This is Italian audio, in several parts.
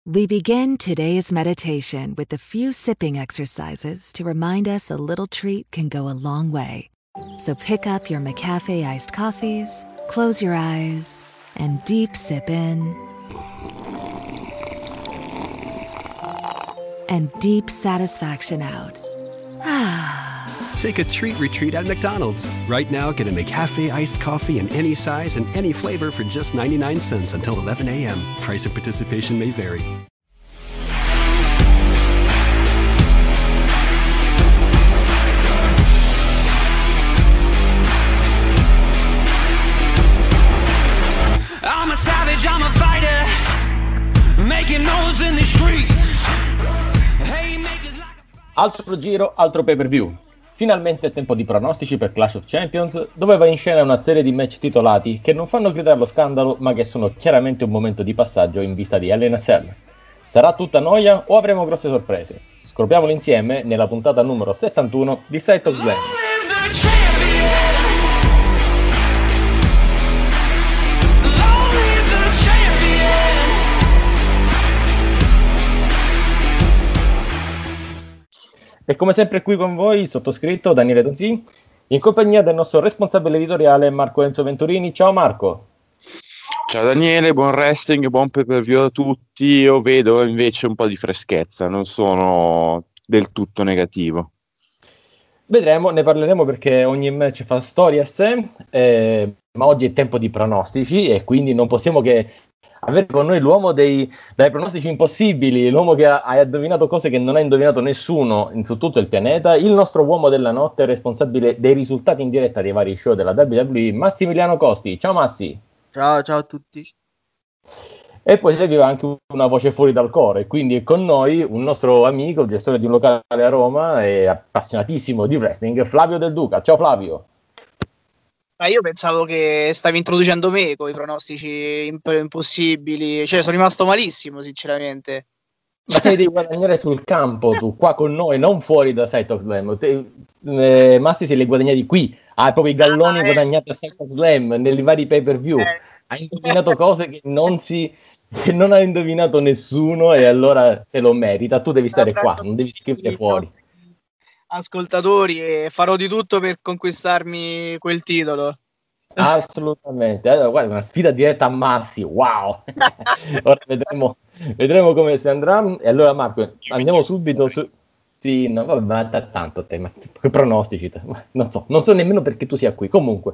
We begin today's meditation with a few sipping exercises to remind us a little treat can go a long way. So pick up your McCafe iced coffees, close your eyes, and deep sip in and deep satisfaction out. Take a treat retreat at McDonald's. Right now, get a McCafe iced coffee in any size and any flavor for just 99 cents until 11 a.m. Price and participation may vary. I'm a savage, I'm a fighter, making noise in the streets. Altro giro, altro pay-per-view. Finalmente è tempo di pronostici per Clash of Champions, dove va in scena una serie di match titolati che non fanno gridare lo scandalo, ma che sono chiaramente un momento di passaggio in vista di Hell in a Cell. Sarà tutta noia o avremo grosse sorprese? Scopriamolo insieme nella puntata numero 71 di Sight of Slam. E come sempre qui con voi, sottoscritto Daniele Donzì, in compagnia del nostro responsabile editoriale Marco Enzo Venturini. Ciao Marco! Ciao Daniele, buon wrestling, buon pay-per-view a tutti. Io vedo invece un po' di freschezza, non sono del tutto negativo. Vedremo, ne parleremo perché ogni match fa storia a sé, ma oggi è tempo di pronostici e quindi non possiamo che avere con noi l'uomo dai pronostici impossibili, l'uomo che ha indovinato cose che non ha indovinato nessuno su tutto il pianeta, il nostro uomo della notte, responsabile dei risultati in diretta dei vari show della WWE, Massimiliano Costi. Ciao Massi! Ciao a tutti! E poi seguiva anche una voce fuori dal coro, e quindi è con noi un nostro amico, gestore di un locale a Roma e appassionatissimo di wrestling, Flavio Del Duca. Ciao Flavio! Ma io pensavo che stavi introducendo me con i pronostici impossibili, cioè sono rimasto malissimo sinceramente. Ma te li devi guadagnare sul campo tu, qua con noi, non fuori da Sight of Slam. Massi se li guadagnati qui, hai proprio i galloni guadagnati a Sight of Slam, nei vari pay per view. Hai indovinato cose che non ha indovinato nessuno e allora se lo merita. Tu devi stare qua, non devi scrivere fuori. Ascoltatori, e farò di tutto per conquistarmi quel titolo. Assolutamente. Allora, guarda, una sfida diretta a Massi, wow. Ora vedremo come si andrà. E allora Marco, andiamo subito su... Sì, no, vabbè, tanto te, ma che pronostici te? Non so nemmeno perché tu sia qui. Comunque,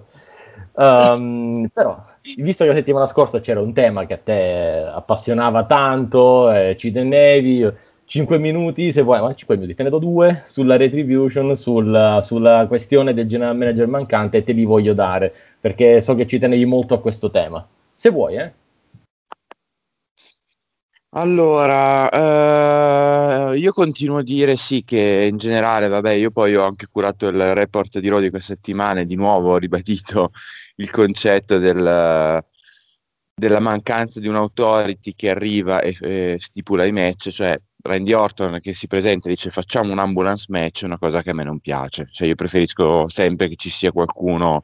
però, visto che la settimana scorsa c'era un tema che a te appassionava tanto, ci tenevi, 5 minuti, se vuoi, ma 5 minuti, te ne do 2 sulla Retribution, sulla questione del general manager mancante, e te li voglio dare, perché so che ci tenevi molto a questo tema. Se vuoi, Allora, io continuo a dire sì che in generale, vabbè, io poi ho anche curato il report di Raw di questa settimana e di nuovo ho ribadito il concetto della mancanza di un authority che arriva e stipula i match, cioè Randy Orton che si presenta e dice facciamo un ambulance match, è una cosa che a me non piace, cioè io preferisco sempre che ci sia qualcuno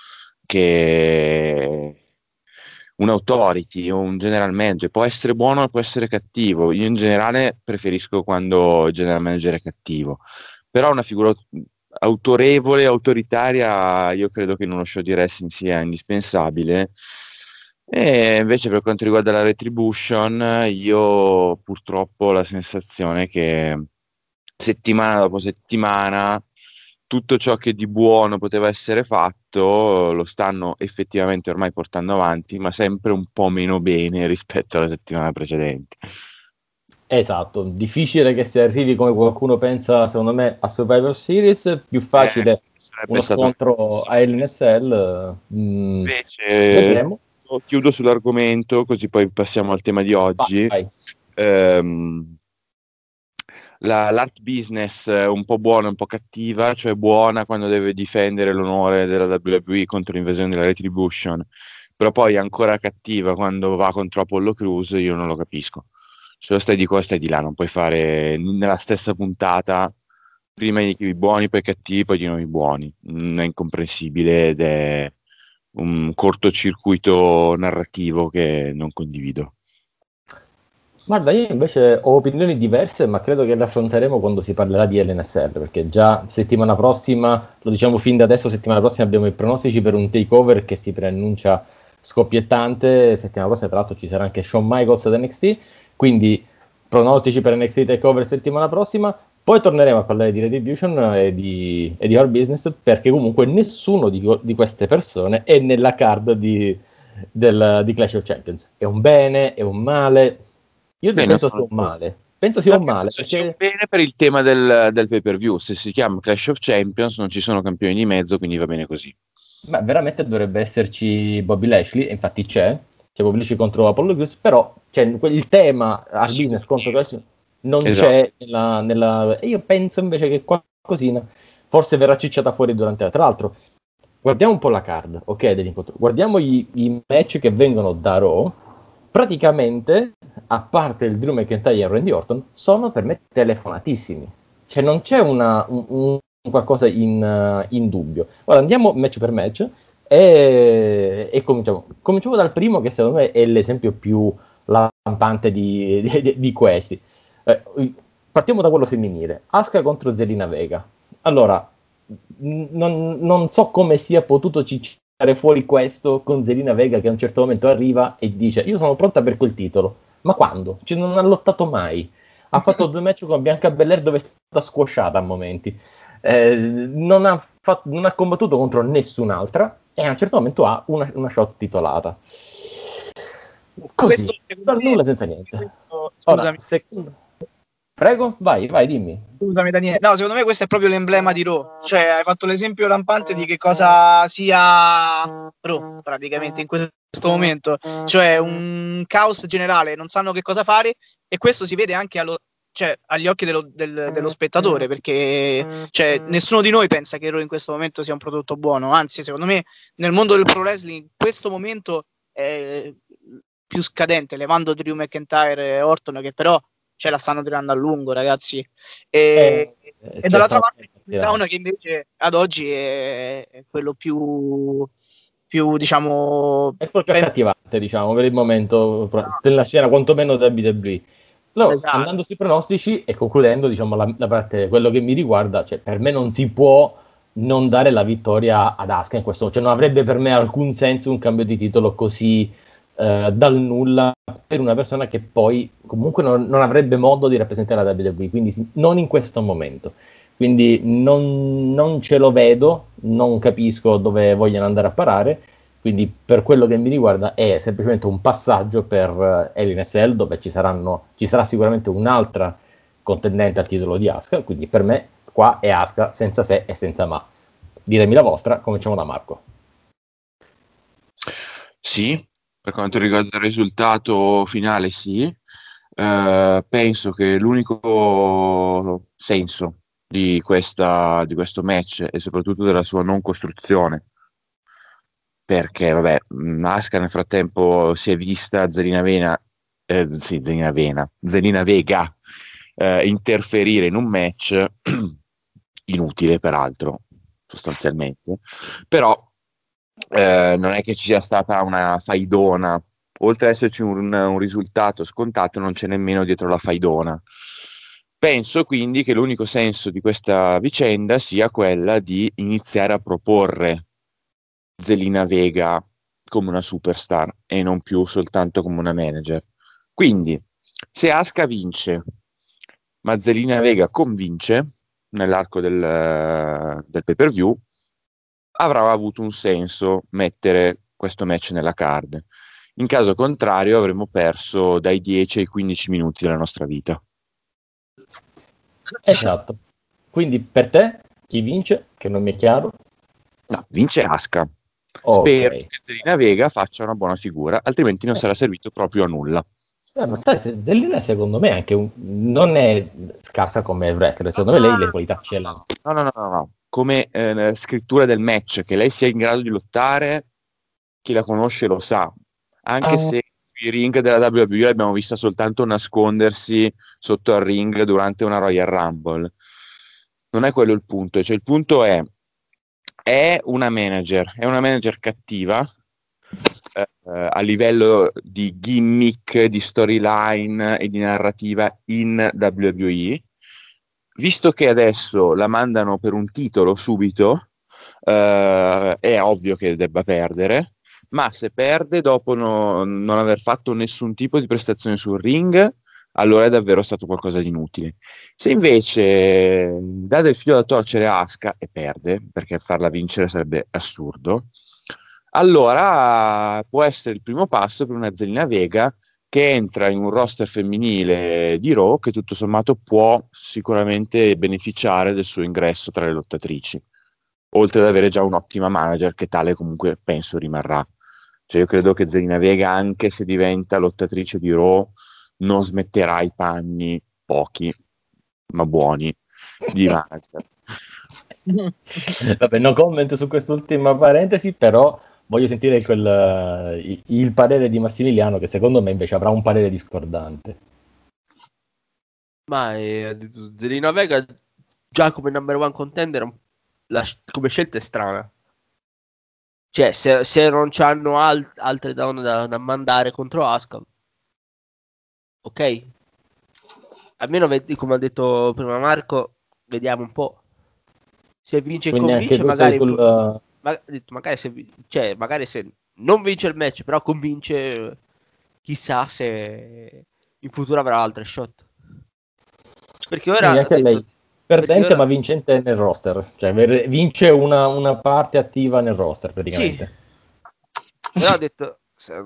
che... un authority o un general manager può essere buono o può essere cattivo. Io in generale preferisco quando il general manager è cattivo, però una figura autorevole, autoritaria, io credo che in uno show di wrestling sia indispensabile. E invece per quanto riguarda la Retribution, io purtroppo ho la sensazione che settimana dopo settimana tutto ciò che di buono poteva essere fatto lo stanno effettivamente ormai portando avanti, ma sempre un po' meno bene rispetto alla settimana precedente. Esatto, difficile che si arrivi come qualcuno pensa, secondo me, a Survivor Series, più facile uno scontro a Hell in a Cell. Invece vedremo. Chiudo sull'argomento, così poi passiamo al tema di oggi. Vai. L'art business un po' buona, un po' cattiva, cioè buona quando deve difendere l'onore della WWE contro l'invasione della Retribution, però poi ancora cattiva quando va contro Apollo Crews, io non lo capisco. Se lo stai di qua, stai di là, non puoi fare nella stessa puntata prima i buoni, poi i cattivi, poi di nuovo i buoni. È incomprensibile ed è un cortocircuito narrativo che non condivido. Guarda, io invece ho opinioni diverse, ma credo che le affronteremo quando si parlerà di LNSL, perché già settimana prossima, lo diciamo fin da adesso, settimana prossima abbiamo i pronostici per un takeover che si preannuncia scoppiettante. Settimana prossima, tra l'altro, ci sarà anche Shawn Michaels ad NXT, quindi pronostici per NXT takeover settimana prossima. Poi torneremo a parlare di Retribution e di Our Business, perché comunque nessuno di queste persone è nella card di Clash of Champions. È un bene, è un male. Io Beh, non penso sia sono un male. Penso sia un male, c'è un perché bene per il tema del pay-per-view. Se si chiama Clash of Champions non ci sono campioni di mezzo, quindi va bene così. ma veramente dovrebbe esserci Bobby Lashley, e infatti c'è Bobby Lashley contro Apollo Crews, però il tema al Sì, business contro Clash non esatto. c'è e io penso invece che qualcosina forse verrà cicciata fuori durante la. Tra l'altro, guardiamo un po' la card, ok, dell'incontro. Guardiamo i match che vengono da Raw. Praticamente, a parte il Drew McIntyre e Randy Orton, sono per me telefonatissimi. Cioè non c'è un qualcosa in dubbio. Ora andiamo match per match e cominciamo. Cominciamo dal primo, che secondo me è l'esempio più lampante di questi. Partiamo da quello femminile. Asuka contro Zelina Vega. Allora, non so come sia potuto cicciare fuori questo con Zelina Vega, che a un certo momento arriva e dice: io sono pronta per quel titolo. Ma quando? Cioè, non ha lottato mai. Ha fatto 2 match con Bianca Belair dove è stata squasciata a momenti. Non ha combattuto contro nessun'altra e a un certo momento ha una shot titolata. Così, dal nulla senza niente. Ora, prego, vai, dimmi. Scusami Daniele. No, secondo me questo è proprio l'emblema di Raw. Cioè, hai fatto l'esempio lampante di che cosa sia Raw, praticamente, in questo momento. Cioè, un caos generale, non sanno che cosa fare e questo si vede anche agli occhi dello spettatore, perché nessuno di noi pensa che Raw in questo momento sia un prodotto buono. Anzi, secondo me, nel mondo del pro wrestling, in questo momento è più scadente, levando Drew McIntyre e Orton, che però la stanno tirando a lungo, ragazzi. E dall'altra parte Down, che invece ad oggi è quello più diciamo è quello più accattivante, diciamo, per il momento della scena, quantomeno da WWE. No, esatto. Andando sui pronostici e concludendo, diciamo, la parte, quello che mi riguarda, cioè, per me non si può non dare la vittoria ad Asuka in questo, cioè non avrebbe per me alcun senso un cambio di titolo così dal nulla per una persona che poi comunque non avrebbe modo di rappresentare la WWE, quindi non in questo momento. Quindi non ce lo vedo, non capisco dove vogliono andare a parare, quindi per quello che mi riguarda è semplicemente un passaggio per LNSL, dove ci sarà sicuramente un'altra contendente al titolo di Asuka, quindi per me qua è Asuka senza se e senza ma. Ditemi la vostra, cominciamo da Marco. Sì, per quanto riguarda il risultato finale, sì. Penso che l'unico senso di questo match e soprattutto della sua non costruzione, perché vabbè, Asuka nel frattempo si è vista Zelina Vega interferire in un match inutile peraltro sostanzialmente, però non è che ci sia stata una faidona. Oltre ad esserci un risultato scontato, non c'è nemmeno dietro la faidona. Penso quindi che l'unico senso di questa vicenda sia quella di iniziare a proporre Zelina Vega come una superstar e non più soltanto come una manager. Quindi, se Asuka vince, ma Zelina Vega convince nell'arco del pay-per-view, avrà avuto un senso mettere questo match nella card. In caso contrario avremmo perso dai 10 ai 15 minuti della nostra vita. Esatto. Quindi per te chi vince? Che non mi è chiaro. No, vince Asuka. Okay. Spero che Zelina Vega faccia una buona figura, altrimenti non sarà servito proprio a nulla. Ma Zelina secondo me anche non è scarsa come wrestler, secondo me lei le qualità ce l'ha. No. Come scrittura del match, che lei sia in grado di lottare, chi la conosce lo sa. Anche se i ring della WWE l'abbiamo vista soltanto nascondersi sotto al ring durante una Royal Rumble. Non è quello il punto, cioè il punto è una manager cattiva a livello di gimmick, di storyline e di narrativa in WWE. Visto che adesso la mandano per un titolo subito, è ovvio che debba perdere, ma se perde dopo non aver fatto nessun tipo di prestazione sul ring, allora è davvero stato qualcosa di inutile. Se invece dà del filo da torcere a Asuka e perde, perché farla vincere sarebbe assurdo, allora può essere il primo passo per una Zelina Vega che entra in un roster femminile di Raw che tutto sommato può sicuramente beneficiare del suo ingresso tra le lottatrici, oltre ad avere già un'ottima manager che tale comunque penso rimarrà. Cioè io credo che Zelina Vega, anche se diventa lottatrice di Raw, non smetterà i panni, pochi ma buoni, di manager. Vabbè, no comment su quest'ultima parentesi, però voglio sentire il parere di Massimiliano, che secondo me invece avrà un parere discordante. Ma Zelina Vega già come number one contender come scelta è strana. Cioè se non c'hanno altre donne da mandare contro Asuka, ok, almeno come ha detto prima Marco, vediamo un po'. Se vince e Quindi convince, anche tu magari se non vince il match, però convince, chissà se in futuro avrà altre shot. Perché ora quindi anche lei perdente ora... ma vincente nel roster, cioè vince una parte attiva nel roster praticamente. Sì. Però ha detto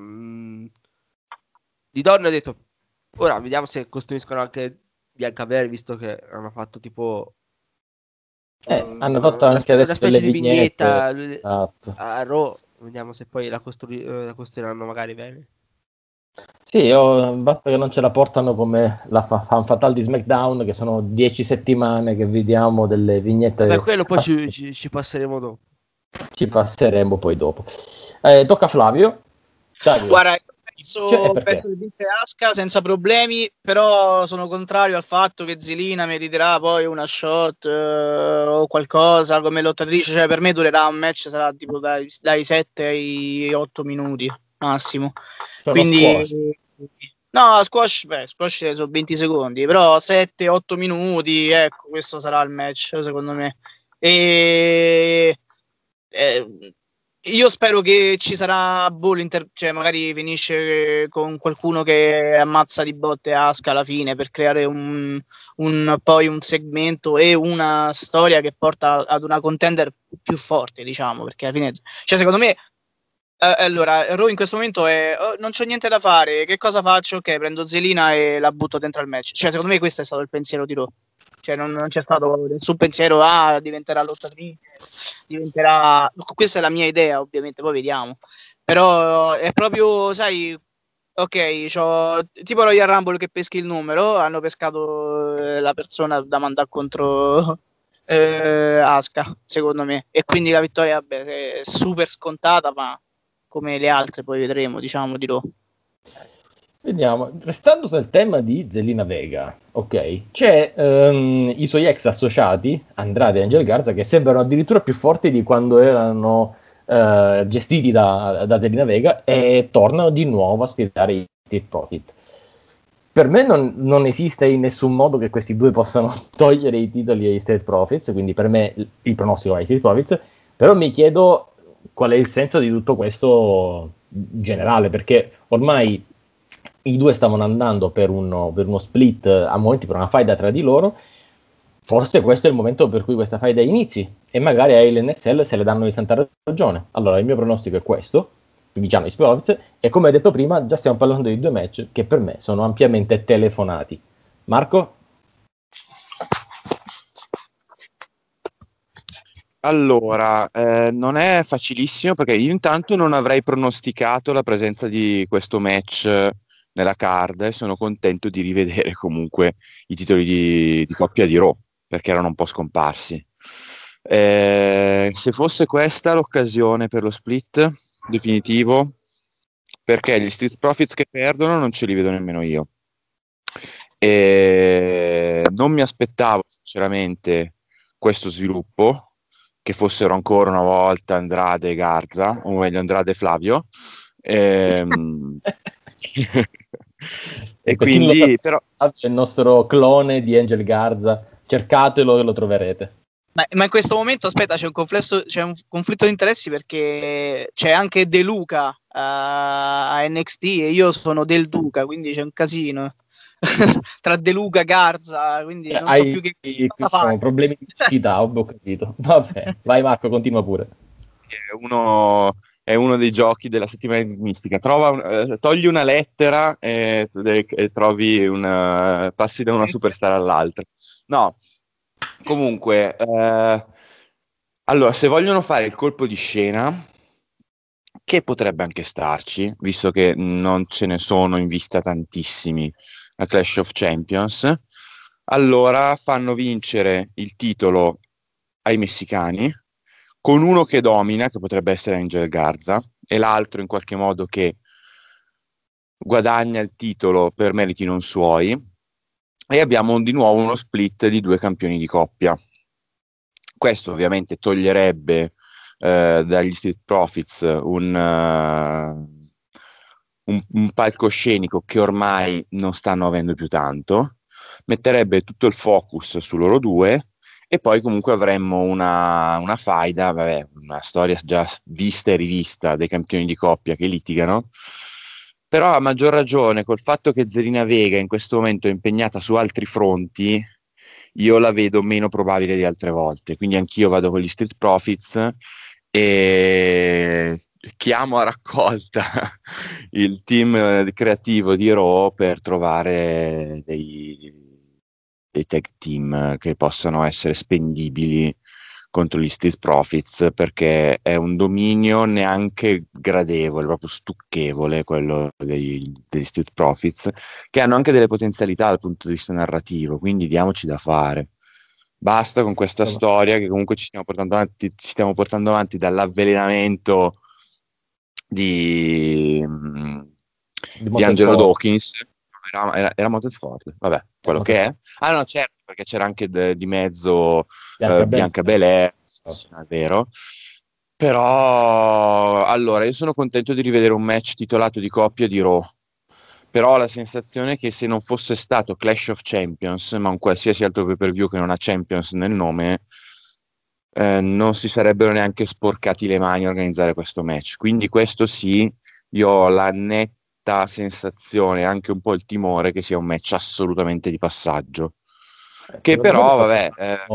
di donne ha detto ora vediamo se costruiscono anche Biancavelli, visto che hanno fatto tipo hanno fatto anche una adesso specie delle di vignetta esatto. a Raw, vediamo se poi la costruiranno magari bene. Sì, io basta che non ce la portano come la fan fatale di SmackDown, che sono 10 settimane che vediamo delle vignette. Vabbè, quello poi ci passeremo dopo. Ci passeremo poi dopo. Tocca a Flavio. Dai, Guarda, perché? penso che vince Asuka senza problemi, però sono contrario al fatto che Zelina meriterà poi una shot o qualcosa come lottatrice. Cioè, per me durerà un match, sarà tipo dai 7 ai 8 minuti massimo. Sono Quindi squash. no, squash sono 20 secondi, però 7-8 minuti, ecco, questo sarà il match secondo me. E io spero che ci sarà cioè magari finisce con qualcuno che ammazza di botte Asuka alla fine per creare poi un segmento e una storia che porta ad una contender più forte, diciamo, perché alla fine, cioè secondo me allora, Raw in questo momento è non c'ho niente da fare, che cosa faccio? Ok, prendo Zelina e la butto dentro al match. Cioè, secondo me questo è stato il pensiero di Raw. Cioè, non c'è stato nessun pensiero, diventerà lottatrice, diventerà... Questa è la mia idea, ovviamente, poi vediamo. Però è proprio, sai, ok, tipo Royal Rumble che peschi il numero, hanno pescato la persona da mandare contro Asuka, secondo me. E quindi la vittoria, vabbè, è super scontata, ma come le altre poi vedremo, diciamo, di Raw. Vediamo, restando sul tema di Zelina Vega, ok, c'è i suoi ex associati, Andrade e Angel Garza, che sembrano addirittura più forti di quando erano gestiti da Zelina Vega e tornano di nuovo a sfidare i Street Profit. Per me non esiste in nessun modo che questi due possano togliere i titoli ai Street Profits, quindi per me il pronostico ai Street Profits, però mi chiedo qual è il senso di tutto questo generale, perché ormai i due stavano andando per uno split a momenti, per una faida tra di loro. Forse questo è il momento per cui questa faida inizi e magari a l'NSL se le danno di santa ragione. Allora il mio pronostico è questo, diciamo i Profits, e come ho detto prima già stiamo parlando di due match che per me sono ampiamente telefonati. Marco? Allora, non è facilissimo perché io intanto non avrei pronosticato la presenza di questo match nella card e sono contento di rivedere comunque i titoli di coppia di Raw perché erano un po' scomparsi. Se fosse questa l'occasione per lo split definitivo, perché gli Street Profits che perdono non ce li vedo nemmeno io. Non mi aspettavo sinceramente questo sviluppo, che fossero ancora una volta Andrade e Garza, o meglio Andrade e Flavio, E Per chi non lo quindi, sa, però, c'è il nostro clone di Angel Garza, cercatelo e lo troverete. Ma in questo momento, aspetta, c'è un conflitto di interessi perché c'è anche De Luca a NXT e io sono del Duca, quindi c'è un casino tra De Luca e Garza, quindi non so più che cosa fare. Problemi di città, ho capito. Vabbè, vai Marco, continua pure. è uno dei giochi della settimana enigmistica. Togli una lettera e trovi passi da una superstar all'altra. No, comunque, allora, se vogliono fare il colpo di scena, che potrebbe anche starci, visto che non ce ne sono in vista tantissimi a Clash of Champions, allora fanno vincere il titolo ai messicani, con uno che domina, che potrebbe essere Angel Garza, e l'altro in qualche modo che guadagna il titolo per meriti non suoi, e abbiamo di nuovo uno split di 2 campioni di coppia. Questo ovviamente toglierebbe dagli Street Profits un palcoscenico che ormai non stanno avendo più tanto, metterebbe tutto il focus su loro due e poi comunque avremmo una faida, vabbè, una storia già vista e rivista dei campioni di coppia che litigano, però a maggior ragione col fatto che Zelina Vega in questo momento è impegnata su altri fronti, io la vedo meno probabile di altre volte, quindi anch'io vado con gli Street Profits e chiamo a raccolta il team creativo di Raw per trovare dei tag team che possano essere spendibili contro gli Street Profits, perché è un dominio neanche gradevole, proprio stucchevole quello degli Street Profits, che hanno anche delle potenzialità dal punto di vista narrativo, quindi diamoci da fare. Basta con questa storia che comunque ci stiamo portando avanti dall'avvelenamento di Angelo Motorsport. Dawkins. Era Motorsport, vabbè, quello che è. Ah no, certo, perché c'era anche di mezzo Bianca Belair, sì, è vero. Però, allora, io sono contento di rivedere un match titolato di coppia di Raw. Però ho la sensazione che se non fosse stato Clash of Champions, ma un qualsiasi altro pay-per-view che non ha Champions nel nome, non si sarebbero neanche sporcati le mani a organizzare questo match. Quindi questo sì, io ho la netta sensazione, anche un po' il timore che sia un match assolutamente di passaggio. Che però, vabbè,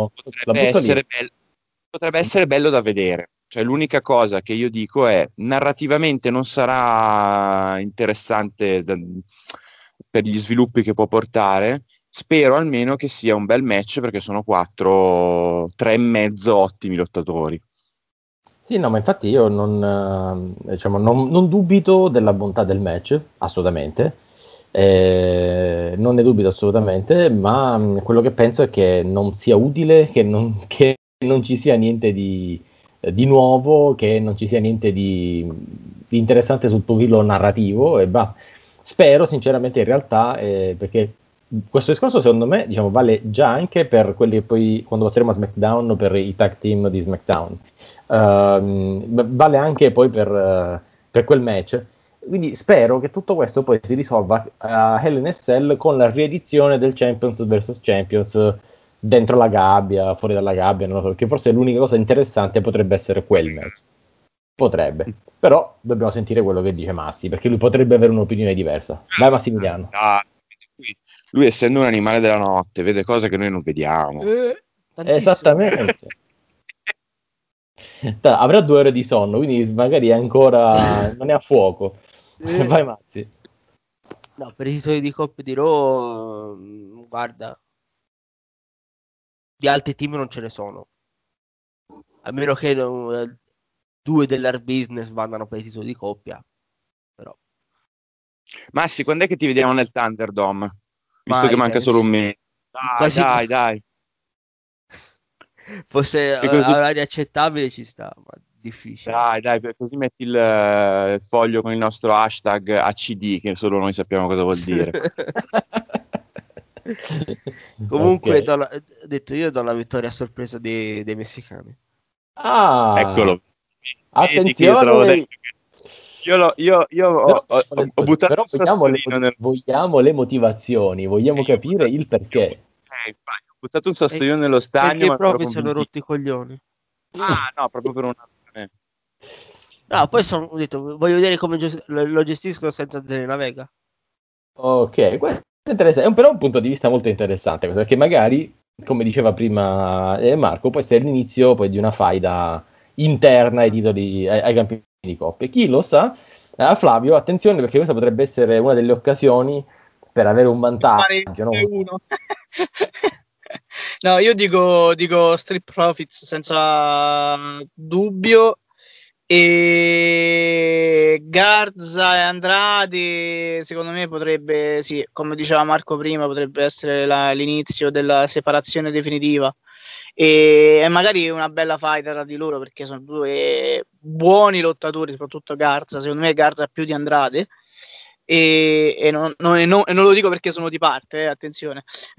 potrebbe essere bello da vedere. Cioè, l'unica cosa che io dico è narrativamente non sarà interessante per gli sviluppi che può portare. Spero almeno che sia un bel match perché sono 3 e mezzo ottimi lottatori. Sì, no, ma infatti io non dubito della bontà del match, assolutamente. Non ne dubito assolutamente, ma quello che penso è che non sia utile, che non ci sia niente di nuovo, che non ci sia niente di interessante sul profilo narrativo e basta. Spero sinceramente in realtà, perché questo discorso secondo me vale già anche per quelli che poi quando passeremo a SmackDown per i tag team di SmackDown, vale anche poi per quel match. Quindi spero che tutto questo poi si risolva a Hell in a Cell con la riedizione del Champions vs Champions dentro la gabbia, fuori dalla gabbia, non lo so, perché forse l'unica cosa interessante potrebbe essere quel match. Potrebbe, però dobbiamo sentire quello che dice Massi, perché lui potrebbe avere un'opinione diversa. Vai Massimiliano. Lui essendo un animale della notte vede cose che noi non vediamo. Esattamente. Avrà 2 ore di sonno, quindi magari ancora non è a fuoco. Vai Mazzi. No, per i titoli di coppia di Raw, guarda, di altri team non ce ne sono, a meno che 2 dell'Hard Business vadano per i titoli di coppia. Però Massi, quando è che ti vediamo nel Thunderdome? Visto che manca solo un mese. Dai. Fosse orari accettabile ci sta, ma difficile. Dai, così metti il foglio con il nostro hashtag ACD, che solo noi sappiamo cosa vuol dire. Comunque, detto io, do la vittoria a sorpresa dei messicani. Ah, eccolo. attenzione. Ho buttato però un sassolino vogliamo le motivazioni, vogliamo capire il perché. Ho buttato un sassolino nello stagno, perché i ma profi sono rotti i coglioni. Ah, no, proprio per una ragione. No, poi ho detto, voglio vedere come lo gestiscono senza Zelina Vega. Ok, questo è interessante. È però un punto di vista molto interessante, questo, perché magari, come diceva prima Marco, può essere l'inizio poi di una faida interna ai titoli, ai campioni di coppia. Chi lo sa? A Flavio, attenzione, perché questa potrebbe essere una delle occasioni per avere un vantaggio, no? No, io dico Street Profits senza dubbio, e Garza e Andrade secondo me potrebbe, sì, come diceva Marco prima, potrebbe essere l'inizio della separazione definitiva, e magari una bella fight tra di loro, perché sono due buoni lottatori, soprattutto Garza. Secondo me Garza più di Andrade, e non lo dico perché sono di parte, attenzione.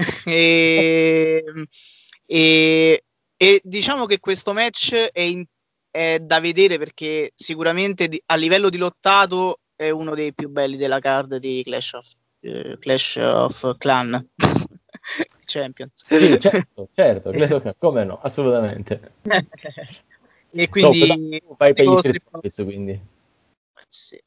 e diciamo che questo match è da vedere, perché sicuramente a livello di lottato è uno dei più belli della card di Clash of Clan Champions. Sì, certo, come no, assolutamente. E quindi vai per gli Street Profits, quindi. Sì.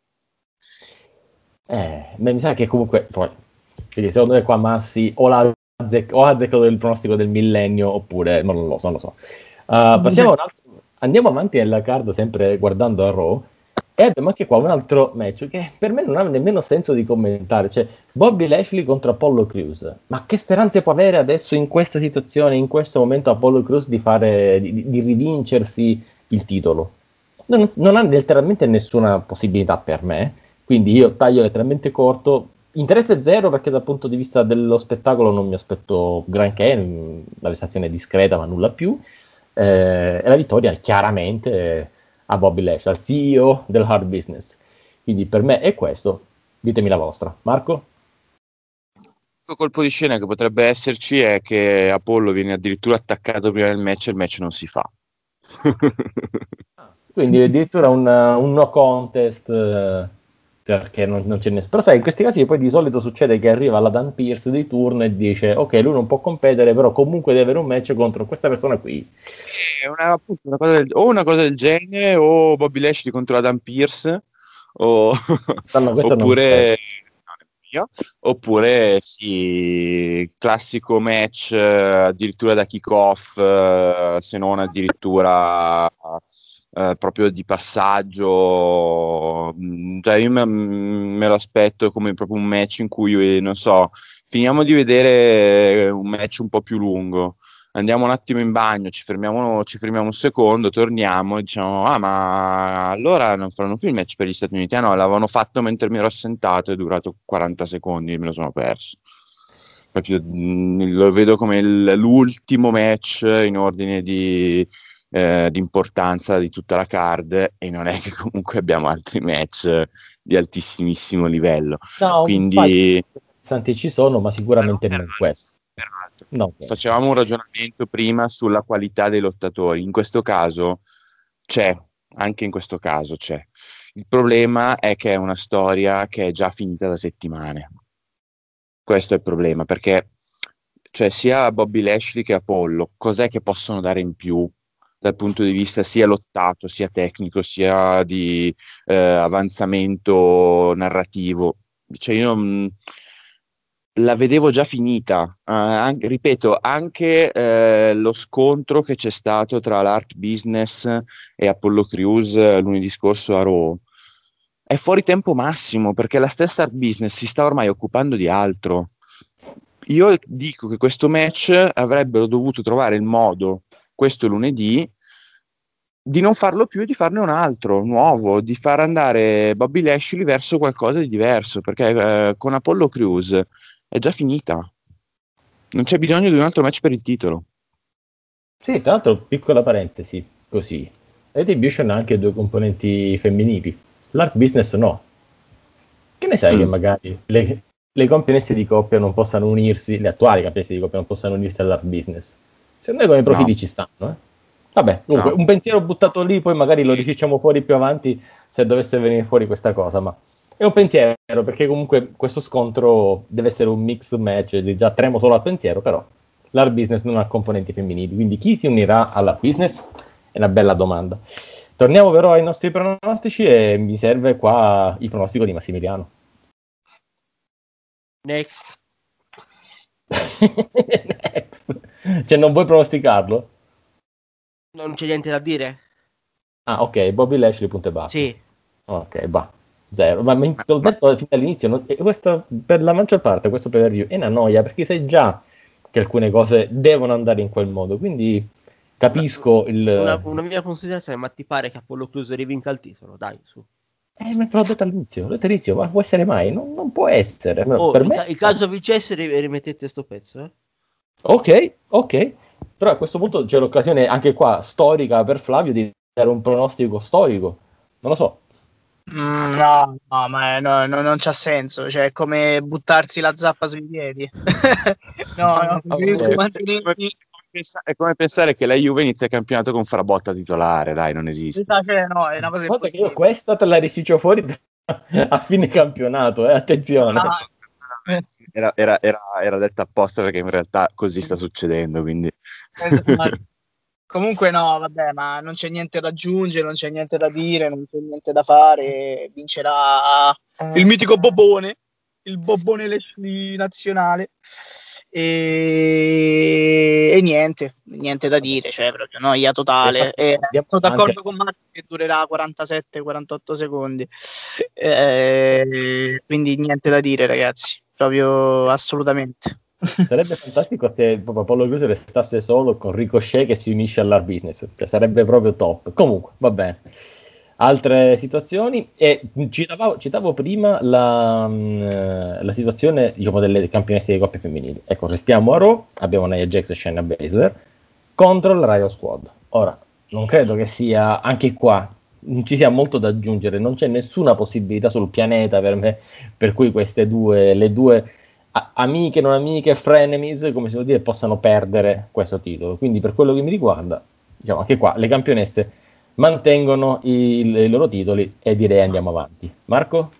Mi sa che comunque poi, quindi secondo me qua Massi o ha azzeccato il pronostico del millennio, oppure non lo so. Passiamo andiamo avanti nella card, sempre guardando a Raw, e abbiamo anche qua un altro match che per me non ha nemmeno senso di commentare, cioè Bobby Lashley contro Apollo Crews. Ma che speranze può avere adesso in questa situazione, in questo momento, Apollo Crews di rivincersi il titolo? Non ha letteralmente nessuna possibilità per me, quindi io taglio letteralmente corto. Interesse zero, perché dal punto di vista dello spettacolo non mi aspetto granché, la prestazione è discreta ma nulla più, e la vittoria chiaramente a Bobby Lashley, al CEO del hard business. Quindi per me è questo. Ditemi la vostra. Marco? Il colpo di scena che potrebbe esserci è che Apollo viene addirittura attaccato prima del match e il match non si fa. Quindi addirittura un no contest, perché non c'è nessuno. Però sai, in questi casi poi di solito succede che arriva la Dan Pierce dei turn e dice ok, lui non può competere, però comunque deve avere un match contro questa persona qui. È una cosa del genere, o Bobby Lashley contro la Dan Pierce, oppure sì, classico match addirittura da kick-off, se non addirittura proprio di passaggio. Cioè io me lo aspetto come proprio un match in cui, non so, finiamo di vedere un match un po' più lungo, andiamo un attimo in bagno, ci fermiamo un secondo, torniamo e diciamo ma allora non faranno più il match per gli Stati Uniti. No, l'avevano fatto mentre mi ero assentato, è durato 40 secondi, me lo sono perso. Proprio lo vedo come l'ultimo match in ordine di importanza di tutta la card, e non è che comunque abbiamo altri match di altissimissimo livello. No, quindi interessanti ci sono, ma sicuramente non questo. No. Facevamo un ragionamento prima sulla qualità dei lottatori. In questo caso anche in questo caso c'è. Il problema è che è una storia che è già finita da settimane. Questo è il problema, perché cioè sia Bobby Lashley che Apollo, cos'è che possono dare in più dal punto di vista sia lottato, sia tecnico, sia di avanzamento narrativo? Cioè io la vedevo già finita, ripeto, anche lo scontro che c'è stato tra l'Art Business e Apollo Crews lunedì scorso a Raw è fuori tempo massimo, perché la stessa Art Business si sta ormai occupando di altro. Io dico che questo match avrebbero dovuto trovare il modo, questo lunedì, di non farlo più e di farne un altro, nuovo, di far andare Bobby Lashley verso qualcosa di diverso, perché con Apollo Crews è già finita. Non c'è bisogno di un altro match per il titolo. Sì, tra l'altro, piccola parentesi, così. Retribution ha anche due componenti femminili. L'Art Business no. Che ne sai che magari le campionesse di coppia non possano unirsi, le attuali campionesse di coppia non possano unirsi all'Art Business? Secondo me come profili ci stanno, Vabbè, comunque, un pensiero buttato lì, poi magari lo rifacciamo fuori più avanti, se dovesse venire fuori questa cosa, ma è un pensiero, perché comunque questo scontro deve essere un mix match, già tremo solo al pensiero, però l'Art Business non ha componenti femminili, quindi chi si unirà alla Business? È una bella domanda. Torniamo però ai nostri pronostici e mi serve qua il pronostico di Massimiliano. Next. Next. Cioè, non vuoi pronosticarlo? Non c'è niente da dire? Ah, ok, Bobby Lashley, punto e basta. Sì. Ok, va. Zero. Ma te l'ho detto fin dall'inizio, questo, per la maggior parte, questo pay-per-view è una noia, perché sai già che alcune cose devono andare in quel modo, quindi capisco una mia considerazione, ma ti pare che Apollo Crews rivinca il titolo? Dai, su. ma te l'ho detto all'inizio, ma può essere mai? Non può essere. Per me... in caso vincesse rimettete sto pezzo, eh? Ok, però a questo punto c'è l'occasione anche qua storica per Flavio di dare un pronostico storico, non lo so. No, ma non c'ha senso, cioè è come buttarsi la zappa sui piedi. No, preferisco mantenermi. È come pensare che la Juve inizia il campionato con Frabotta titolare, dai, non esiste. Cioè, no, è una cosa Guarda che io questa te la riciccio fuori a fine campionato, attenzione. Era detta apposta perché in realtà così sta succedendo, quindi... Comunque no, vabbè, ma non c'è niente da aggiungere, non c'è niente da dire, non c'è niente da fare, vincerà il mitico Bobone, il Bobone Lashley nazionale e niente da dire, cioè proprio noia totale. Sono d'accordo con Mario che durerà 47-48 secondi, quindi niente da dire ragazzi, proprio assolutamente. Sarebbe fantastico se proprio Apollo Crews restasse solo con Ricochet che si unisce all'Art Business, cioè sarebbe proprio top. Comunque, va bene. Altre situazioni, e citavo prima la situazione, diciamo, delle campionesse di coppie femminili. Ecco, restiamo a Raw, abbiamo Nia Jax e Shayna Baszler contro la Riot Squad. Ora, non credo che sia, anche qua, non ci sia molto da aggiungere, non c'è nessuna possibilità sul pianeta per me, per cui queste due, le due amiche, non amiche, frenemies, come si può dire, possano perdere questo titolo. Quindi per quello che mi riguarda, diciamo, anche qua le campionesse mantengono i loro titoli e direi andiamo avanti. Marco?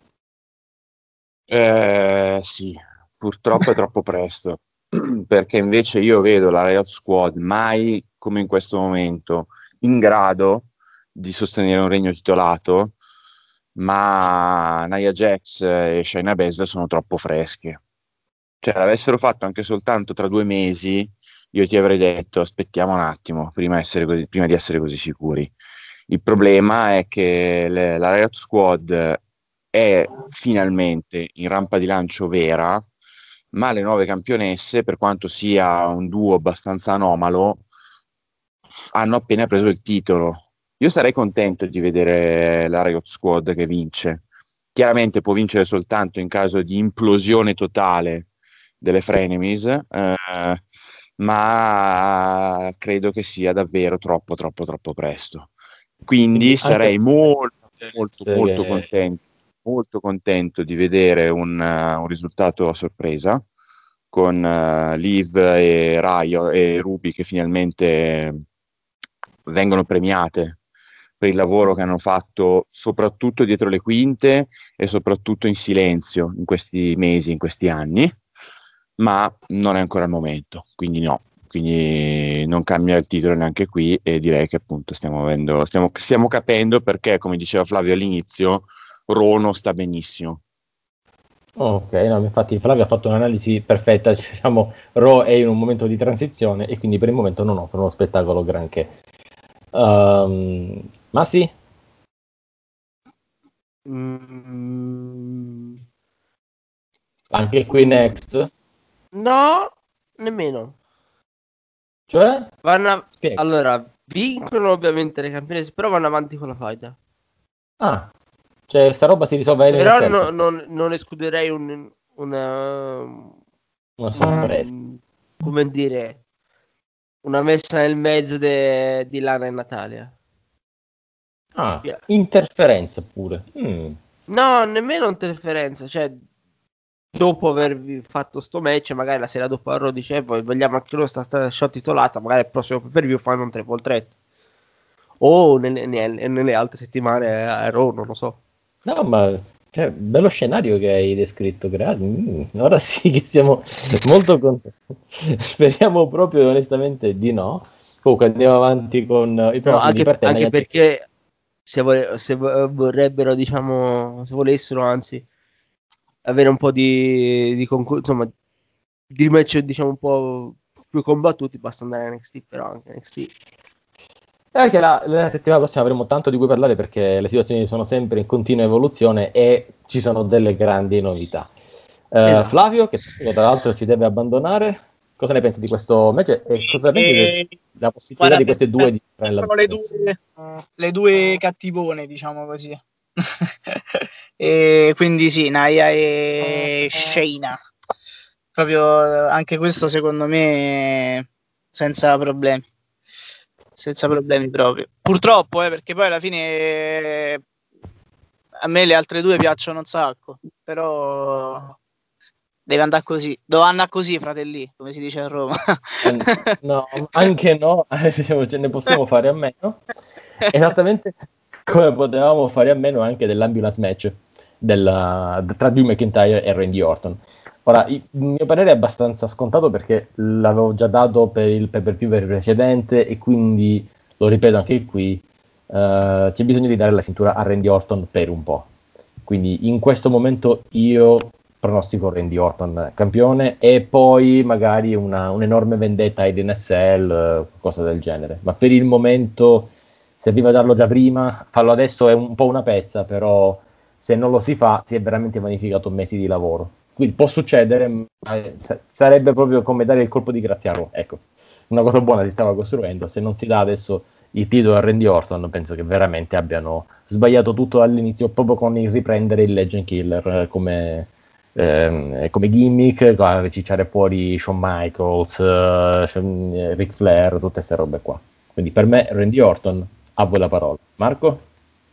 Sì, purtroppo è troppo presto, perché invece io vedo la Riot Squad mai come in questo momento in grado di sostenere un regno titolato, ma Nia Jax e Shayna Baszler sono troppo fresche. Cioè, l'avessero fatto anche soltanto tra 2 mesi, io ti avrei detto aspettiamo un attimo prima di essere così sicuri. Il problema è che la Riot Squad è finalmente in rampa di lancio vera, ma le nuove campionesse, per quanto sia un duo abbastanza anomalo, hanno appena preso il titolo. Io sarei contento di vedere la Riot Squad che vince. Chiaramente può vincere soltanto in caso di implosione totale delle frenemies, ma credo che sia davvero troppo presto. Quindi sarei molto contento di vedere un risultato a sorpresa con Liv e Raio e Ruby che finalmente vengono premiate per il lavoro che hanno fatto soprattutto dietro le quinte e soprattutto in silenzio in questi mesi, in questi anni, ma non è ancora il momento, quindi no. Quindi non cambia il titolo neanche qui e direi che appunto stiamo capendo perché, come diceva Flavio all'inizio, Rono sta benissimo. Ok, no, infatti Flavio ha fatto un'analisi perfetta, diciamo, Raw è in un momento di transizione e quindi per il momento non offre uno spettacolo granché. Ma sì? Anche qui next? No, nemmeno. Cioè? Allora, vincono ovviamente le campionesse, però vanno avanti con la faida. Ah, cioè sta roba si risolve però non escluderei una sorpresa. Come dire, una messa nel mezzo di Lana e Natalia. Ah, interferenza pure. No, nemmeno interferenza, cioè dopo aver fatto sto match, magari la sera dopo a Raw dice vogliamo anche loro sta shot titolata, magari il prossimo pay-per-view fanno un triple threat. o nelle altre settimane a Raw, non lo so. No, ma cioè, bello scenario che hai descritto, grazie. Ora sì che siamo molto contenti. Speriamo proprio onestamente di no. Comunque andiamo avanti con i No, prossimi per te, anche Naya. perché se vorrebbero, diciamo, se volessero, anzi, avere un po' di insomma, di match, diciamo, un po' più combattuti, basta andare a NXT, però anche NXT. Anche la settimana prossima avremo tanto di cui parlare perché le situazioni sono sempre in continua evoluzione e ci sono delle grandi novità. Esatto. Flavio, che tra l'altro ci deve abbandonare, cosa ne pensi di questo match e cosa ne pensi della possibilità di queste due di sono le due cattivone, diciamo così. E quindi sì, Naya e Shayna. Proprio anche questo secondo me senza problemi. Senza problemi proprio. Purtroppo, perché poi alla fine a me le altre due piacciono un sacco, però deve andare così. Dove andare così, fratelli, come si dice a Roma. No, anche no, ce ne possiamo fare a meno. Esattamente come potevamo fare a meno anche dell'ambulance match tra Drew McIntyre e Randy Orton. Ora, il mio parere è abbastanza scontato perché l'avevo già dato per il pay-per-view precedente e quindi lo ripeto anche qui, c'è bisogno di dare la cintura a Randy Orton per un po'. Quindi in questo momento io pronostico Randy Orton campione e poi magari un'enorme vendetta ai NSL, qualcosa del genere. Ma per il momento serviva darlo già prima, farlo adesso è un po' una pezza, però se non lo si fa si è veramente vanificato mesi di lavoro. Quindi può succedere, ma sarebbe proprio come dare il colpo di graziano. Ecco, una cosa buona si stava costruendo, se non si dà adesso il titolo a Randy Orton, penso che veramente abbiano sbagliato tutto all'inizio, proprio con il riprendere il Legend Killer come gimmick, cicciare fuori Shawn Michaels, Ric Flair, tutte queste robe qua. Quindi per me Randy Orton, a voi la parola. Marco?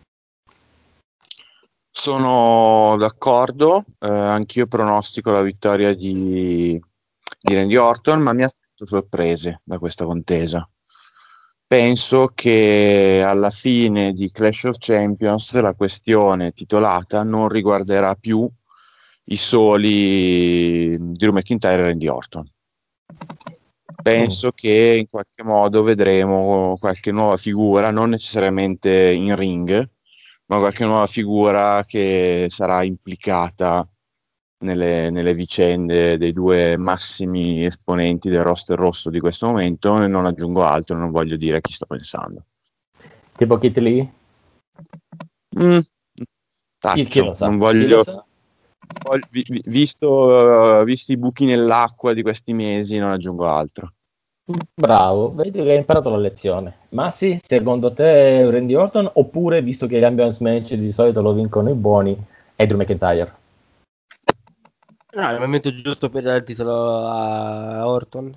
Sono d'accordo, anch'io pronostico la vittoria di Randy Orton, ma mi aspetto sorprese da questa contesa. Penso che alla fine di Clash of Champions la questione titolata non riguarderà più i soli Drew McIntyre e Randy Orton. Penso che in qualche modo vedremo qualche nuova figura, non necessariamente in ring, ma qualche nuova figura che sarà implicata nelle vicende dei due massimi esponenti del roster rosso di questo momento, e non aggiungo altro, non voglio dire a chi sto pensando. Tipo Kit Lee? Taccio, non voglio... Visto i buchi nell'acqua di questi mesi, non aggiungo altro. Bravo, vedi che hai imparato la lezione. Ma sì, secondo te Randy Orton, oppure visto che gli ambulance match di solito lo vincono i buoni, è Drew McIntyre? No, è il momento giusto per dare il titolo a Orton.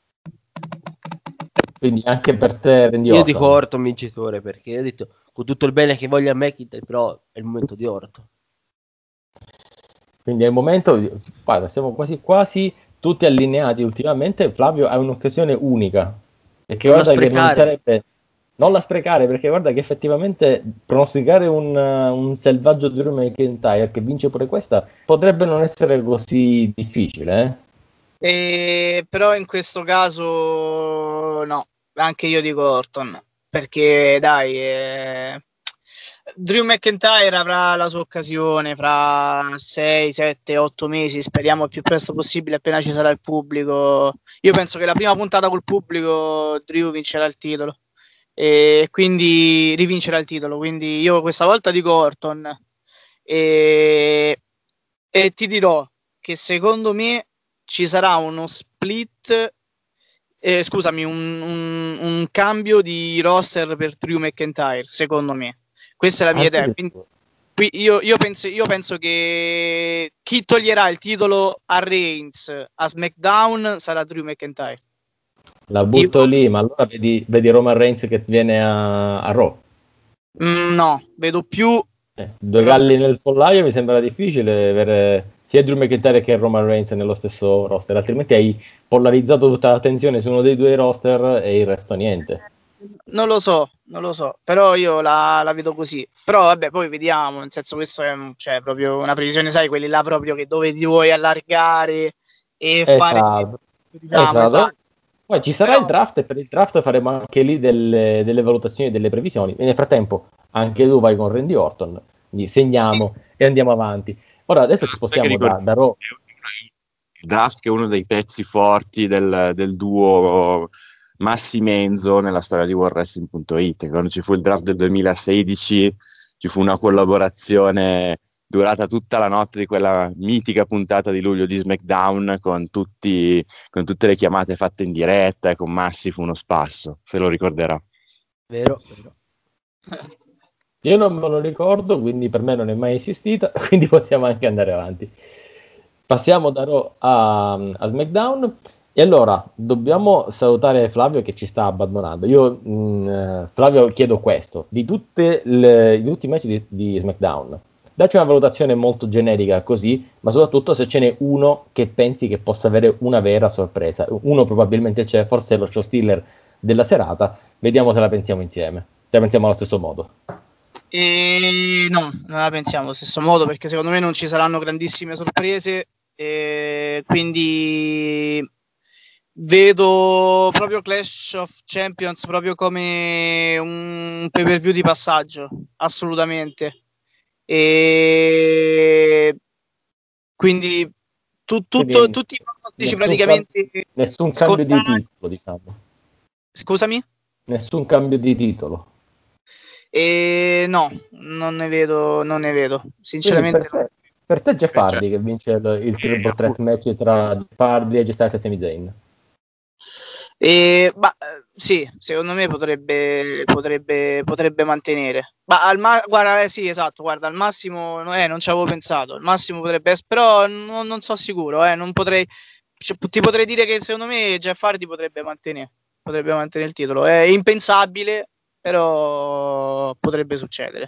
Quindi anche per te Randy Orton? Io dico Orton vincitore, perché ho detto con tutto il bene che voglio a McIntyre, però è il momento di Orton. Quindi è il momento, guarda, siamo quasi tutti allineati ultimamente. Flavio ha un'occasione unica, perché Non guarda la che non sarebbe, non la sprecare, perché guarda che effettivamente pronosticare un selvaggio Drew McIntyre che vince pure questa potrebbe non essere così difficile, Però in questo caso no, anche io dico Orton, perché dai, Drew McIntyre avrà la sua occasione fra 6, 7, 8 mesi, speriamo il più presto possibile, appena ci sarà il pubblico. Io penso che la prima puntata col pubblico Drew vincerà il titolo e quindi rivincerà il titolo, quindi io questa volta dico Orton e ti dirò che secondo me ci sarà uno split, scusami, un cambio di roster per Drew McIntyre, secondo me. Questa è la mia idea. Quindi, io penso che chi toglierà il titolo a Reigns a SmackDown sarà Drew McIntyre. La butto lì, ma allora vedi Roman Reigns che viene a Raw. No, vedo più... Due galli nel pollaio mi sembra difficile avere sia Drew McIntyre che Roman Reigns nello stesso roster, altrimenti hai polarizzato tutta l'attenzione su uno dei due roster e il resto niente. Non lo so, però io la vedo così. Però vabbè, poi vediamo, nel senso questo è cioè, proprio una previsione, sai, quelli là proprio che dove ti vuoi allargare e fare, Esatto, diciamo, esatto. esatto. Poi ci sarà il Però draft e per il draft faremo anche lì delle valutazioni e delle previsioni. E nel frattempo anche tu vai con Randy Orton, quindi sì, segniamo e andiamo avanti. Ora adesso ci Basta che spostiamo da Raw. il draft, che è uno dei pezzi forti del duo Massi Menzo nella storia di WorldWrestling.it. Quando ci fu il draft del 2016 ci fu una collaborazione durata tutta la notte di quella mitica puntata di luglio di SmackDown con tutte le chiamate fatte in diretta, e con Massi fu uno spasso, se lo ricorderà. Vero. Io non me lo ricordo, quindi per me non è mai esistita, quindi possiamo anche andare avanti. Passiamo da Raw a SmackDown. E allora, dobbiamo salutare Flavio che ci sta abbandonando. Io, Flavio, chiedo questo. Di tutti i match di SmackDown, dacci una valutazione molto generica così, ma soprattutto se ce n'è uno che pensi che possa avere una vera sorpresa. Uno probabilmente c'è, forse è lo show stealer della serata. Vediamo se la pensiamo insieme, se la pensiamo allo stesso modo. e no, non la pensiamo allo stesso modo perché secondo me non ci saranno grandissime sorprese. Quindi vedo proprio Clash of Champions proprio come un pay-per-view di passaggio, assolutamente. E quindi Quindi tutti i pronostici nessun, praticamente nessun cambio di scontati. titolo, diciamo. Scusami? Nessun cambio di titolo. No, non ne vedo, Quindi sinceramente no. per te Jeff Hardy che vince il triple threat match tra Jeff Hardy e Jeff Styles e Sami Zayn. Sì, secondo me potrebbe mantenere. Guarda, sì, esatto, guarda, al massimo non ci avevo pensato. Al massimo potrebbe essere, però non so sicuro, non potrei ti potrei dire che secondo me Jeff Hardy potrebbe mantenere il titolo. È impensabile, però potrebbe succedere.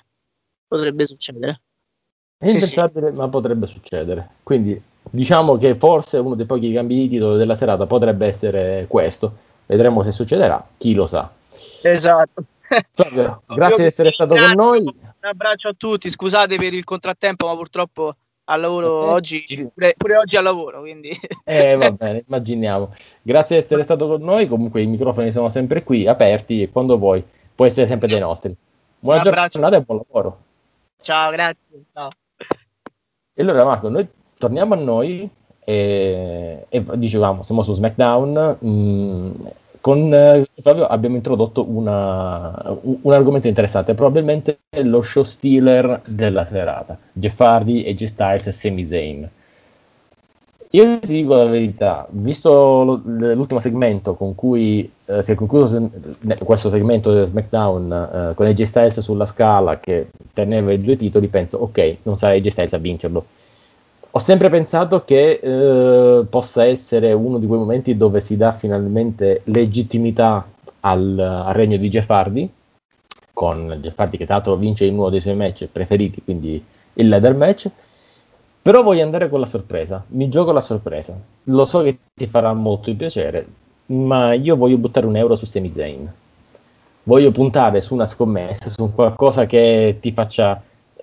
È impensabile, ma potrebbe succedere. Quindi diciamo che forse uno dei pochi cambi di titolo della serata potrebbe essere questo. Vedremo se succederà, chi lo sa. Esatto. Flavio, grazie di essere stato con noi. Un abbraccio a tutti, scusate per il contrattempo, ma purtroppo al lavoro oggi, pure oggi al lavoro, quindi Va bene, immaginiamo. Grazie di essere stato con noi. Comunque i microfoni sono sempre qui, aperti, e quando vuoi puoi essere sempre dei nostri. Buona giornata e buon lavoro. Ciao, grazie. Ciao. E allora Marco, noi torniamo a noi e dicevamo, siamo su SmackDown. Con Flavio abbiamo introdotto un argomento interessante, probabilmente lo show stealer della serata, Jeff Hardy e G Styles e Sami Zayn. Io ti dico la verità, visto l'ultimo segmento con cui si è concluso questo segmento di SmackDown con AJ Styles sulla scala che teneva i 2 titoli, penso ok, non sarà AJ Styles a vincerlo. Ho sempre pensato che possa essere uno di quei momenti dove si dà finalmente legittimità al regno di Jeff Hardy, con Jeff Hardy che tra l'altro vince in uno dei suoi match preferiti, quindi il ladder match. Però voglio andare con la sorpresa, mi gioco la sorpresa. Lo so che ti farà molto piacere, ma io voglio buttare €1 su Sami Zayn. Voglio puntare su una scommessa, su qualcosa che ti faccia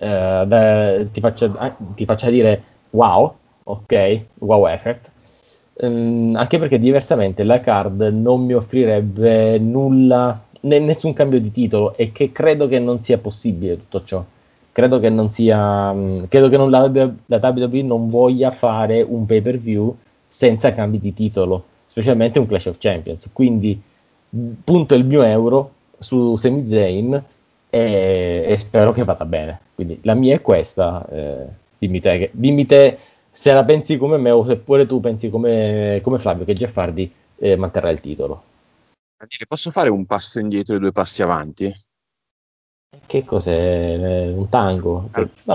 dire wow, ok, wow effect. Anche perché diversamente la card non mi offrirebbe nulla, nessun cambio di titolo, e che credo che non sia possibile tutto ciò. Credo che non la WWE non voglia fare un pay per view senza cambi di titolo, specialmente un Clash of Champions. Quindi punto il mio euro su Sami Zayn e spero che vada bene. Quindi la mia è questa. Dimmi te se la pensi come me o se pure tu pensi come Flavio che Jeff Hardy manterrà il titolo. Posso fare un passo indietro e 2 passi avanti? Che cos'è? Un tango?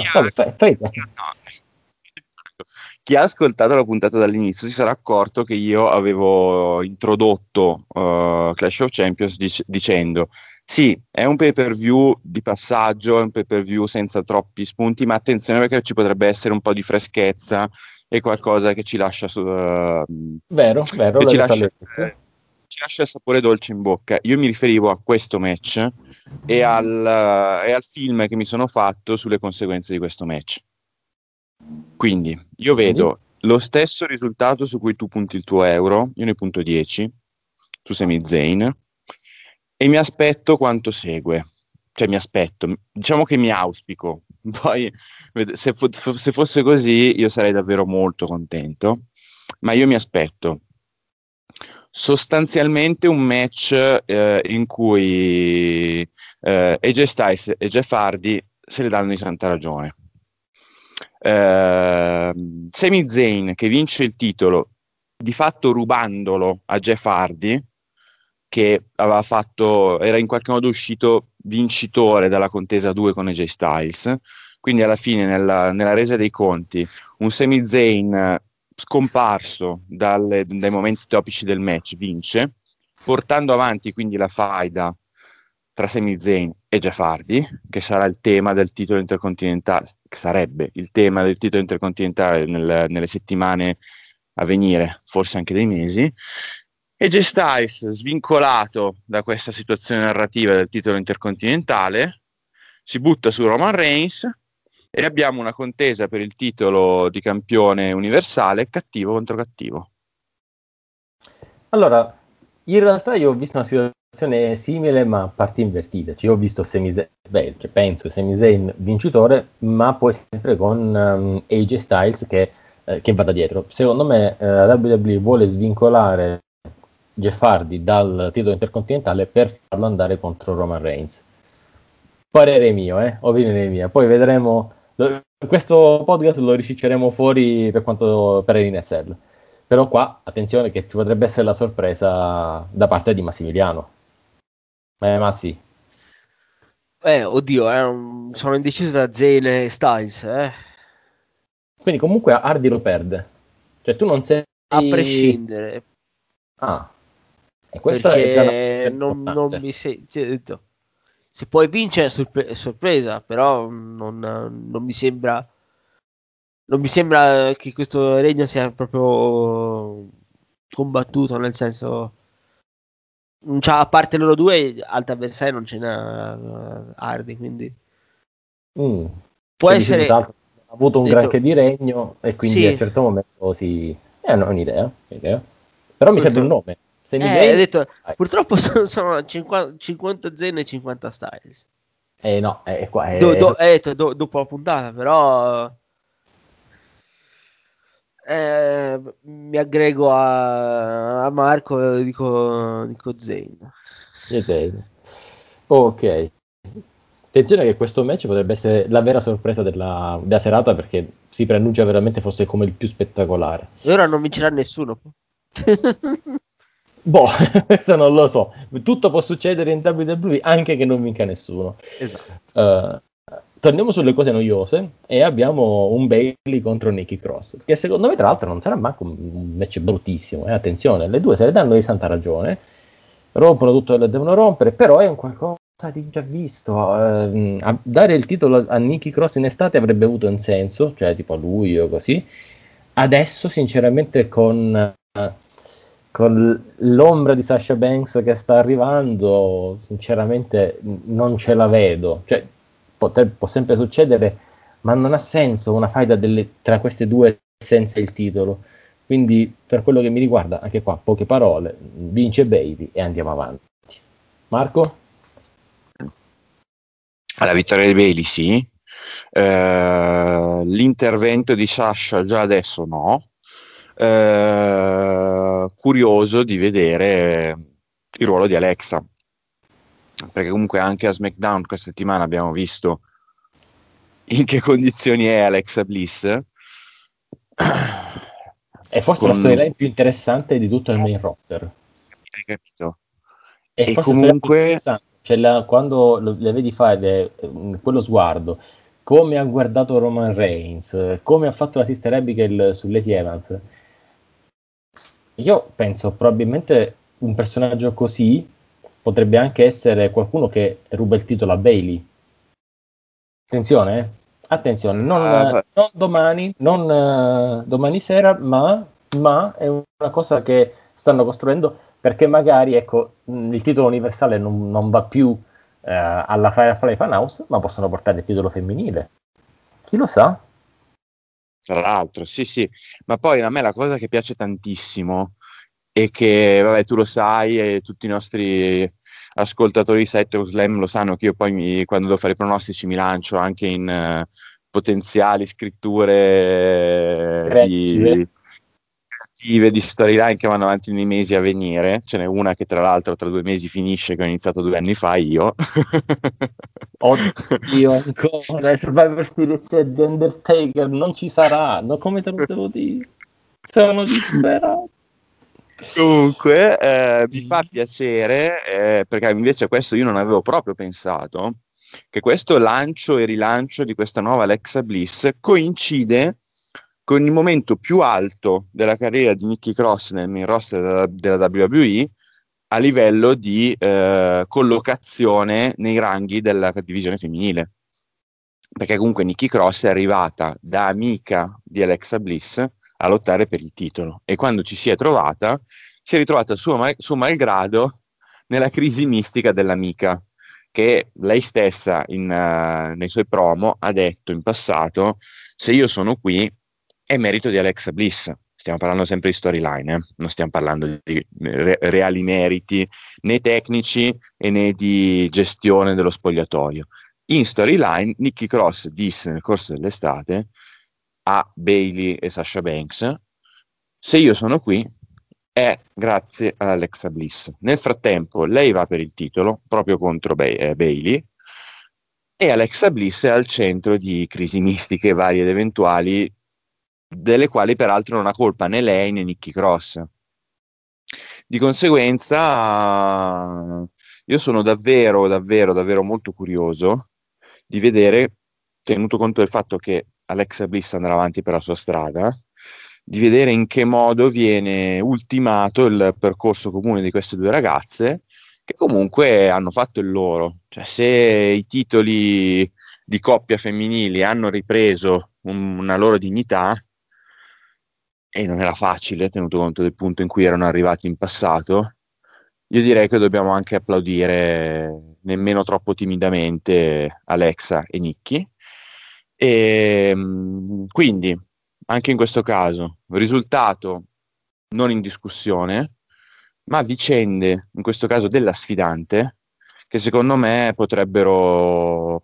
Chi ha ascoltato la puntata dall'inizio si sarà accorto che io avevo introdotto Clash of Champions dicendo sì, è un pay per view di passaggio, è un pay per view senza troppi spunti, ma attenzione perché ci potrebbe essere un po' di freschezza e qualcosa che ci lascia vero, che ci lascia ci lascia il sapore dolce in bocca. Io mi riferivo a questo match e al film che mi sono fatto sulle conseguenze di questo match. Quindi io vedo lo stesso risultato su cui tu punti il tuo euro, io ne punto 10 su Sami Zayn e mi aspetto quanto segue. Cioè mi aspetto, diciamo che mi auspico. Poi se fosse così io sarei davvero molto contento, ma io mi aspetto sostanzialmente un match in cui AJ Styles e Jeff Hardy se le danno di santa ragione. Sami Zayn che vince il titolo di fatto rubandolo a Jeff Hardy, che era in qualche modo uscito vincitore dalla contesa 2 con AJ Styles, quindi alla fine nella resa dei conti un Sami Zayn scomparso dai momenti topici del match vince, portando avanti quindi la faida tra Sami Zayn e Jeff Hardy, che sarà il tema del titolo intercontinentale, che sarebbe il tema del titolo intercontinentale nelle settimane a venire, forse anche dei mesi. E AJ Styles, svincolato da questa situazione narrativa del titolo intercontinentale, si butta su Roman Reigns e abbiamo una contesa per il titolo di campione universale cattivo contro cattivo. Allora, in realtà io ho visto una situazione simile ma a parti invertite. Cioè, io ho visto penso Sami Zayn vincitore, ma poi sempre con AJ Styles che vada dietro. Secondo me la WWE vuole svincolare Jeff Hardy dal titolo intercontinentale per farlo andare contro Roman Reigns. Parere mio, opinione mia. Poi vedremo. Questo podcast lo ricicceremo fuori per Hell in a Cell. Però qua, attenzione che ci potrebbe essere la sorpresa da parte di Massimiliano. Massi. Oddio, sono indeciso da Zayn e Styles, Quindi comunque Hardy lo perde. Cioè tu non sei... a prescindere. Ah. E questa perché è non mi sei detto. Se poi vince è sorpresa, però non mi sembra che questo regno sia proprio combattuto, nel senso a parte loro due altri avversari non ce n'ha Hardy, quindi può essere ha avuto un granché di regno e quindi a un certo momento è un'idea. Però mi serve un nome. Purtroppo sono 50 Zayn e 50 Styles. No, qua dopo la puntata, però mi aggrego a Marco e dico Zayn. Ok. Attenzione che questo match potrebbe essere la vera sorpresa della serata, perché si preannuncia veramente forse come il più spettacolare. E ora non vincerà nessuno. Questo non lo so. Tutto può succedere in WWE, anche che non vinca nessuno. Esatto. Torniamo sulle cose noiose e abbiamo un Bayley contro Nikki Cross, che secondo me tra l'altro non sarà manco un match bruttissimo. Attenzione, le due se le danno di santa ragione, rompono tutto quello che devono rompere, però è un qualcosa di già visto. A dare il titolo a Nikki Cross in estate avrebbe avuto un senso, cioè tipo a luglio così. Adesso sinceramente con l'ombra di Sasha Banks che sta arrivando, sinceramente non ce la vedo. Cioè, può sempre succedere, ma non ha senso una faida tra queste due senza il titolo. Quindi, per quello che mi riguarda, anche qua, poche parole, vince Bayley e andiamo avanti. Marco? Alla vittoria di Bayley, sì. L'intervento di Sasha già adesso no. Curioso di vedere il ruolo di Alexa, perché comunque anche a SmackDown questa settimana abbiamo visto in che condizioni è Alexa Bliss, è forse la storyline più interessante di tutto il main roster. Hai capito? E comunque quando le vedi fare quello sguardo, come ha guardato Roman Reigns, come ha fatto la Sister Abigail su Lacey Evans, io penso probabilmente un personaggio così potrebbe anche essere qualcuno che ruba il titolo a Bayley. Attenzione, non domani, non domani sera, ma è una cosa che stanno costruendo, perché magari ecco, il titolo universale non va più alla Firefly Funhouse, ma possono portare il titolo femminile. Chi lo sa? Tra l'altro, sì, ma poi a me la cosa che piace tantissimo è che, vabbè, tu lo sai e tutti i nostri ascoltatori di Setto Slam lo sanno, che io poi quando devo fare i pronostici mi lancio anche in potenziali scritture creative di storyline che vanno avanti nei mesi a venire. Ce n'è una che tra l'altro tra 2 mesi finisce, che ho iniziato 2 anni fa io. Oddio, ancora Survivor Series di Undertaker non ci sarà, no, come te lo devo dire? Sono disperato. Comunque mi fa piacere, perché invece questo io non avevo proprio pensato, che questo lancio e rilancio di questa nuova Alexa Bliss coincide con il momento più alto della carriera di Nikki Cross nel main roster della WWE a livello di collocazione nei ranghi della divisione femminile. Perché comunque Nikki Cross è arrivata da amica di Alexa Bliss a lottare per il titolo, e quando ci si è ritrovata suo malgrado nella crisi mistica dell'amica, che lei stessa nei suoi promo ha detto in passato: se io sono qui è merito di Alexa Bliss. Stiamo parlando sempre di storyline, non stiamo parlando di reali meriti né tecnici e né di gestione dello spogliatoio. In storyline Nikki Cross disse nel corso dell'estate a Bayley e Sasha Banks: se io sono qui è grazie ad Alexa Bliss. Nel frattempo lei va per il titolo proprio contro Bayley, e Alexa Bliss è al centro di crisi mistiche varie ed eventuali, delle quali peraltro non ha colpa né lei né Nikki Cross. Di conseguenza io sono davvero molto curioso di vedere, tenuto conto del fatto che Alexa Bliss andrà avanti per la sua strada, di vedere in che modo viene ultimato il percorso comune di queste due ragazze, che comunque hanno fatto il loro. Cioè, se i titoli di coppia femminili hanno ripreso una loro dignità, e non era facile, tenuto conto del punto in cui erano arrivati in passato, io direi che dobbiamo anche applaudire nemmeno troppo timidamente Alexa e Nikki. E quindi anche in questo caso risultato non in discussione, ma vicende, in questo caso della sfidante, che secondo me potrebbero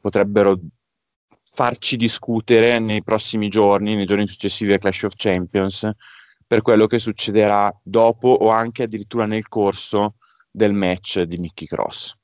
farci discutere nei prossimi giorni, nei giorni successivi a Clash of Champions, per quello che succederà dopo o anche addirittura nel corso del match di Nikki Cross.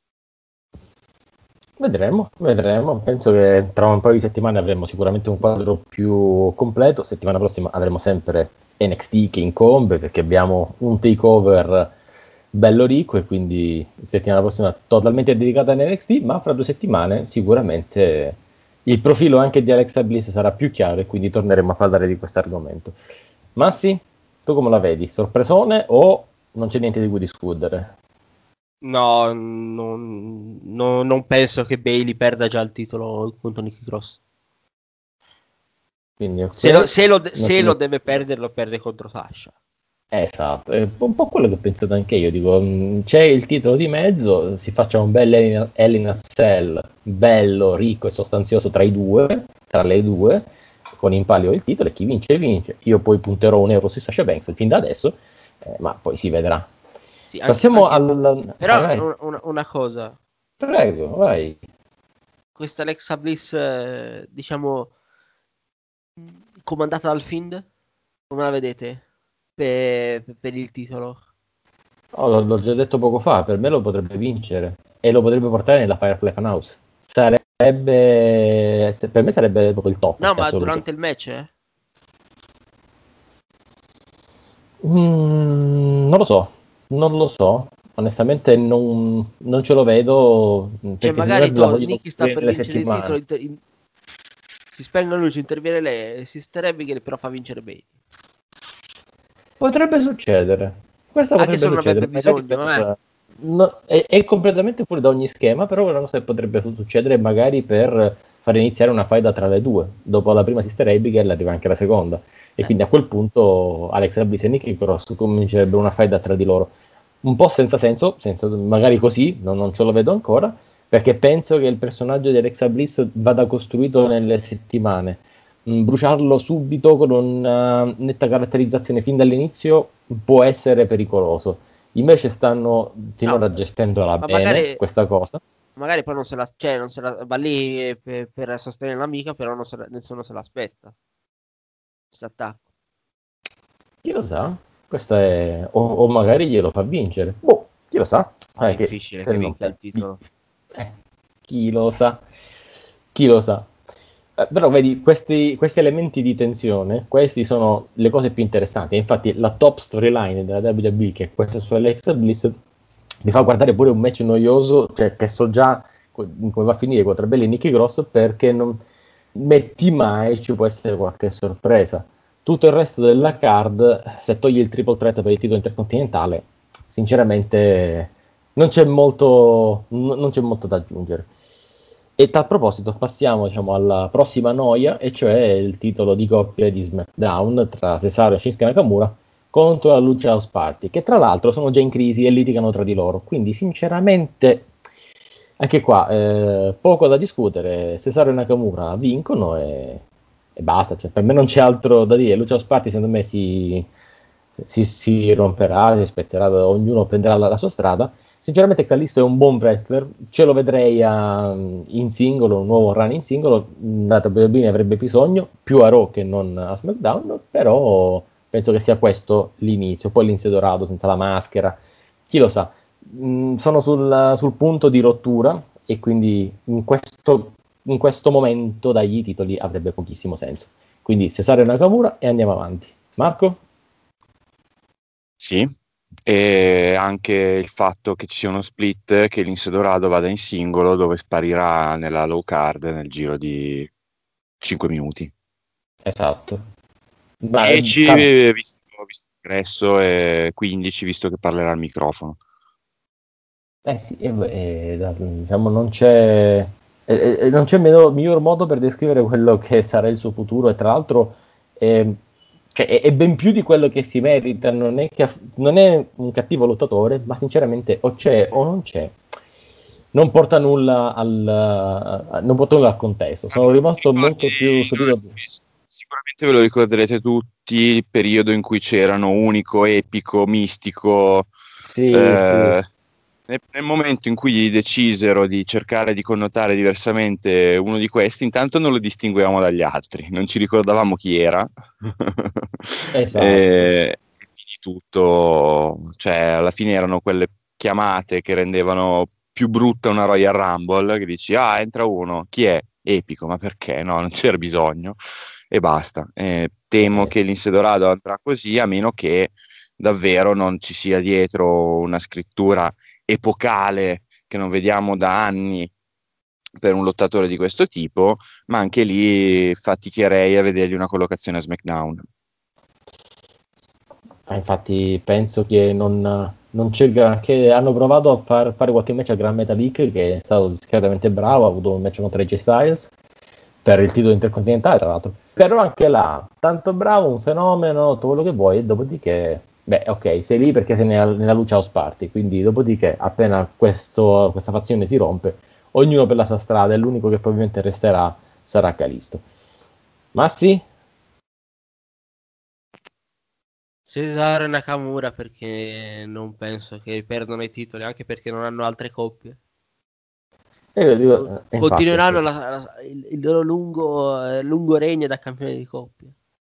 Vedremo. Penso che tra un paio di settimane avremo sicuramente un quadro più completo. Settimana prossima avremo sempre NXT che incombe, perché abbiamo un takeover bello ricco, e quindi settimana prossima totalmente dedicata a NXT, ma fra 2 settimane sicuramente il profilo anche di Alexa Bliss sarà più chiaro, e quindi torneremo a parlare di questo argomento. Massi, tu come la vedi? Sorpresone o non c'è niente di cui discutere? No, non penso che Bayley perda già il titolo contro Nikki Cross. Quindi, se lo deve perdere, lo perde contro Sasha. Esatto, è un po' quello che ho pensato anche io. Dico, c'è il titolo di mezzo, si faccia un bel Hell in a Cell bello, ricco e sostanzioso tra le due, con in palio il titolo, e chi vince vince. Io poi punterò €1 su Sasha Banks fin da adesso, ma poi si vedrà. Sì, Passiamo però vai. una cosa, Prego, vai. questa Alexa Bliss, diciamo, comandata dal Fiend, come la vedete per il titolo? L'ho già detto poco fa, per me lo potrebbe vincere e lo potrebbe portare nella Firefly Funhouse. Per me sarebbe proprio il top. No, ma assoluto. durante il match? Non lo so. Onestamente non ce lo vedo. Cioè, magari Nikki sta per vincere il titolo, si spengono le luci, interviene lei, si starebbe che però fa vincere Bayley. Potrebbe succedere. Questo anche potrebbe se non avrebbe succedere. bisogno, è completamente fuori da ogni schema, però è una cosa che potrebbe succedere magari per fare iniziare una faida tra le due. Dopo la prima Sister Abigail arriva anche la seconda, e quindi a quel punto Alexa Bliss e Nikki Cross comincerebbero una faida tra di loro. Un po' senza senso, magari così, non ce lo vedo ancora, perché penso che il personaggio di Alexa Bliss vada costruito nelle settimane. Bruciarlo subito con una netta caratterizzazione fin dall'inizio può essere pericoloso. Invece stanno finora gestendola bene, magari, questa cosa. Magari poi non se la va lì per sostenere l'amica, però nessuno se l'aspetta. Questo attacco. Chi lo sa? Questo è... o magari glielo fa vincere. Boh, chi lo sa? È difficile che vinca il titolo. Chi lo sa? Chi lo sa? Però vedi, questi elementi di tensione, questi sono le cose più interessanti. Infatti la top storyline della WWE, che è questa su Alexa Bliss, mi fa guardare pure un match noioso, cioè che so già come va a finire con Bella e Nikki Cross, perché non metti mai ci può essere qualche sorpresa. Tutto il resto della card, se togli il triple threat per il titolo intercontinentale, sinceramente non c'è molto da aggiungere. E a proposito, passiamo alla prossima noia, e cioè il titolo di coppia di SmackDown tra Cesaro e Shinsuke Nakamura contro la Lucha House Party, che tra l'altro sono già in crisi e litigano tra di loro. Quindi sinceramente anche qua poco da discutere. Cesaro e Nakamura vincono e basta, cioè, per me non c'è altro da dire. Lucha House Party secondo me si romperà, si spezzerà, ognuno prenderà la sua strada. Sinceramente Kalisto è un buon wrestler, ce lo vedrei in singolo, un nuovo run in singolo, la WWE ne avrebbe bisogno, più a Raw che non a SmackDown, però penso che sia questo l'inizio, poi Lince Dorado senza la maschera, chi lo sa. Sono sul punto di rottura, e quindi in questo momento dagli i titoli avrebbe pochissimo senso. Quindi Cesaro e Nakamura e andiamo avanti. Marco? Sì, e anche il fatto che ci sia uno split, che Lince Dorado vada in singolo, dove sparirà nella low card nel giro di 5 minuti. Esatto. 10 visto l'ingresso, e 15 visto che parlerà al microfono. Sì, diciamo non c'è miglior modo per descrivere quello che sarà il suo futuro, e tra l'altro è ben più di quello che si merita. Non è un cattivo lottatore, ma sinceramente o c'è o non c'è, non porta nulla al contesto. Sono rimasto molto più stupito. Sicuramente ve lo ricorderete tutti, il periodo in cui c'erano unico, epico, mistico. Sì. Nel momento in cui decisero di cercare di connotare diversamente uno di questi, intanto non lo distinguevamo dagli altri, non ci ricordavamo chi era. Esatto. E tutto, cioè alla fine erano quelle chiamate che rendevano più brutta una Royal Rumble, che dici entra uno, chi è? Epico, ma perché? No, non c'era bisogno, e basta. Temo che Lince Dorado andrà così, a meno che davvero non ci sia dietro una scrittura epocale che non vediamo da anni per un lottatore di questo tipo, ma anche lì faticherei a vedergli una collocazione a SmackDown. Infatti penso che non c'è granché. Hanno provato a fare qualche match a Gran Metalik, che è stato discretamente bravo, ha avuto un match contro AJ Styles per il titolo intercontinentale, tra l'altro, però anche là tanto bravo, un fenomeno, tutto quello che vuoi, e dopodiché ok, sei lì perché sei nella Lucha House Party, quindi dopodiché appena questa fazione si rompe, ognuno per la sua strada, e l'unico che probabilmente resterà sarà Kalisto. Massi? Cesaro e Nakamura, perché non penso che perdano i titoli, anche perché non hanno altre coppie. Continueranno il loro lungo regno da campione di coppia.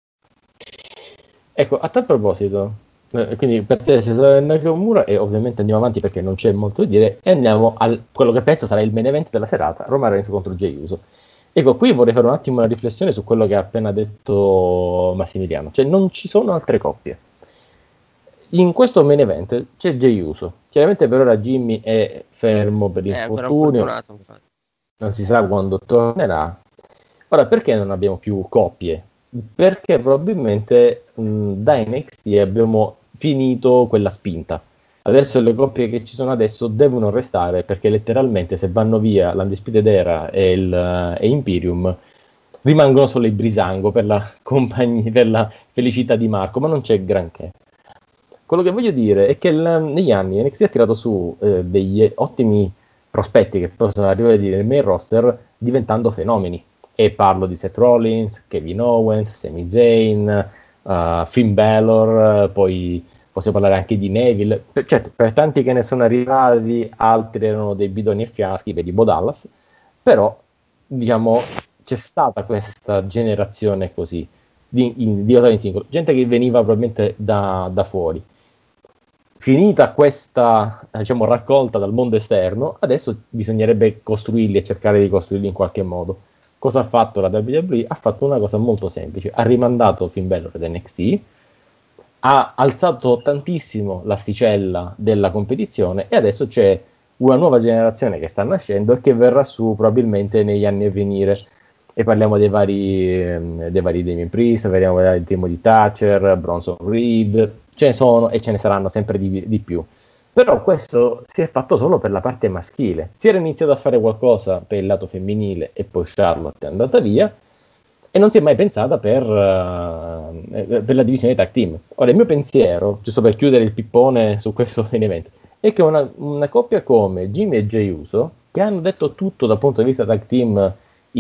Ecco, a tal proposito, quindi per te Cesaro e Nakamura, e ovviamente andiamo avanti perché non c'è molto da dire, e andiamo a quello che penso sarà il main event della serata, Roman Reigns contro Jey Uso. Ecco, qui vorrei fare un attimo una riflessione su quello che ha appena detto Massimiliano, cioè non ci sono altre coppie. In questo main event c'è Jey Uso, chiaramente per ora Jimmy è fermo per l'infortunio, non si sa quando tornerà. Ora, perché non abbiamo più coppie? Perché probabilmente da NXT abbiamo finito quella spinta. Adesso le coppie che ci sono adesso devono restare, perché letteralmente se vanno via l'Undisputed Era e Imperium rimangono solo i Brisango per per la felicità di Marco, ma non c'è granché. Quello che voglio dire è che negli anni NXT ha tirato su degli ottimi prospetti che possono arrivare nel main roster diventando fenomeni. E parlo di Seth Rollins, Kevin Owens, Sami Zayn, Finn Balor, poi possiamo parlare anche di Neville. Certo, per tanti che ne sono arrivati, altri erano dei bidoni e fiaschi, vedi Bo Dallas, però diciamo c'è stata questa generazione così di lottatori in singolo, gente che veniva probabilmente da fuori. Finita questa diciamo raccolta dal mondo esterno, adesso bisognerebbe costruirli e cercare di costruirli in qualche modo. Cosa ha fatto la WWE? Ha fatto una cosa molto semplice, ha rimandato Finn Balor da NXT, ha alzato tantissimo l'asticella della competizione e adesso c'è una nuova generazione che sta nascendo e che verrà su probabilmente negli anni a venire. E parliamo dei vari Damien Priest, parliamo del team di Thatcher, Bronson Reed, ce ne sono e ce ne saranno sempre di più. Però questo si è fatto solo per la parte maschile. Si era iniziato a fare qualcosa per il lato femminile e poi Charlotte è andata via e non si è mai pensata per la divisione tag team. Ora il mio pensiero, giusto per chiudere il pippone su questo evento, è che una coppia come Jimmy e Jey Uso, che hanno detto tutto dal punto di vista tag team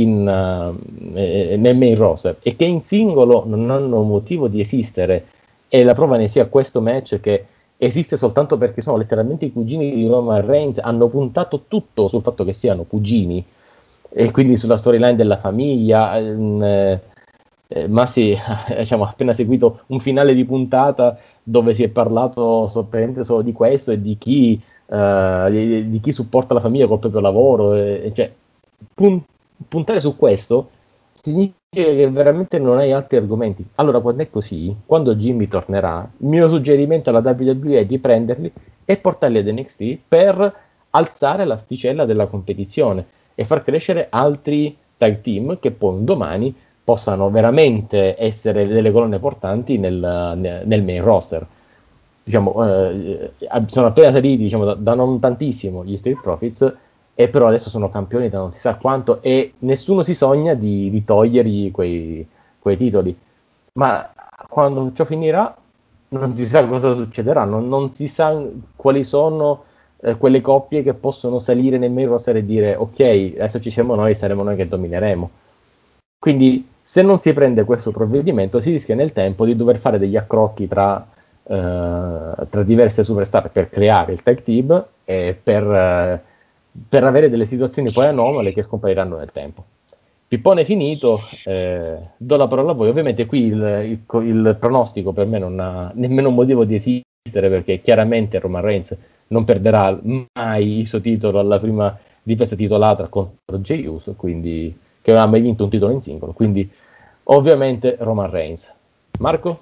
nel main roster e che in singolo non hanno motivo di esistere, e la prova ne sia questo match che esiste soltanto perché sono letteralmente i cugini di Roman Reigns, hanno puntato tutto sul fatto che siano cugini e quindi sulla storyline della famiglia. Ma sì, diciamo, appena seguito un finale di puntata dove si è parlato solo di questo e di chi supporta la famiglia col proprio lavoro, cioè, puntare su questo significa che veramente non hai altri argomenti. Allora, quando è così, quando Jimmy tornerà, il mio suggerimento alla WWE è di prenderli e portarli ad NXT per alzare l'asticella della competizione e far crescere altri tag team che poi un domani possano veramente essere delle colonne portanti nel main roster. Diciamo, sono appena saliti, diciamo, da non tantissimo gli Street Profits, e però adesso sono campioni da non si sa quanto e nessuno si sogna di togliergli quei titoli. Ma quando ciò finirà non si sa cosa succederà, non si sa quali sono quelle coppie che possono salire nel main roster e dire ok, adesso ci siamo noi, saremo noi che domineremo. Quindi se non si prende questo provvedimento si rischia nel tempo di dover fare degli accrocchi tra diverse superstar per creare il tag team e per avere delle situazioni poi anomale che scompariranno nel tempo. Pippone finito, do la parola a voi. Ovviamente qui il pronostico per me non ha nemmeno un motivo di esistere, perché chiaramente Roman Reigns non perderà mai il suo titolo alla prima difesa titolata contro Jey Uso, quindi, che non ha mai vinto un titolo in singolo, quindi ovviamente Roman Reigns. Marco?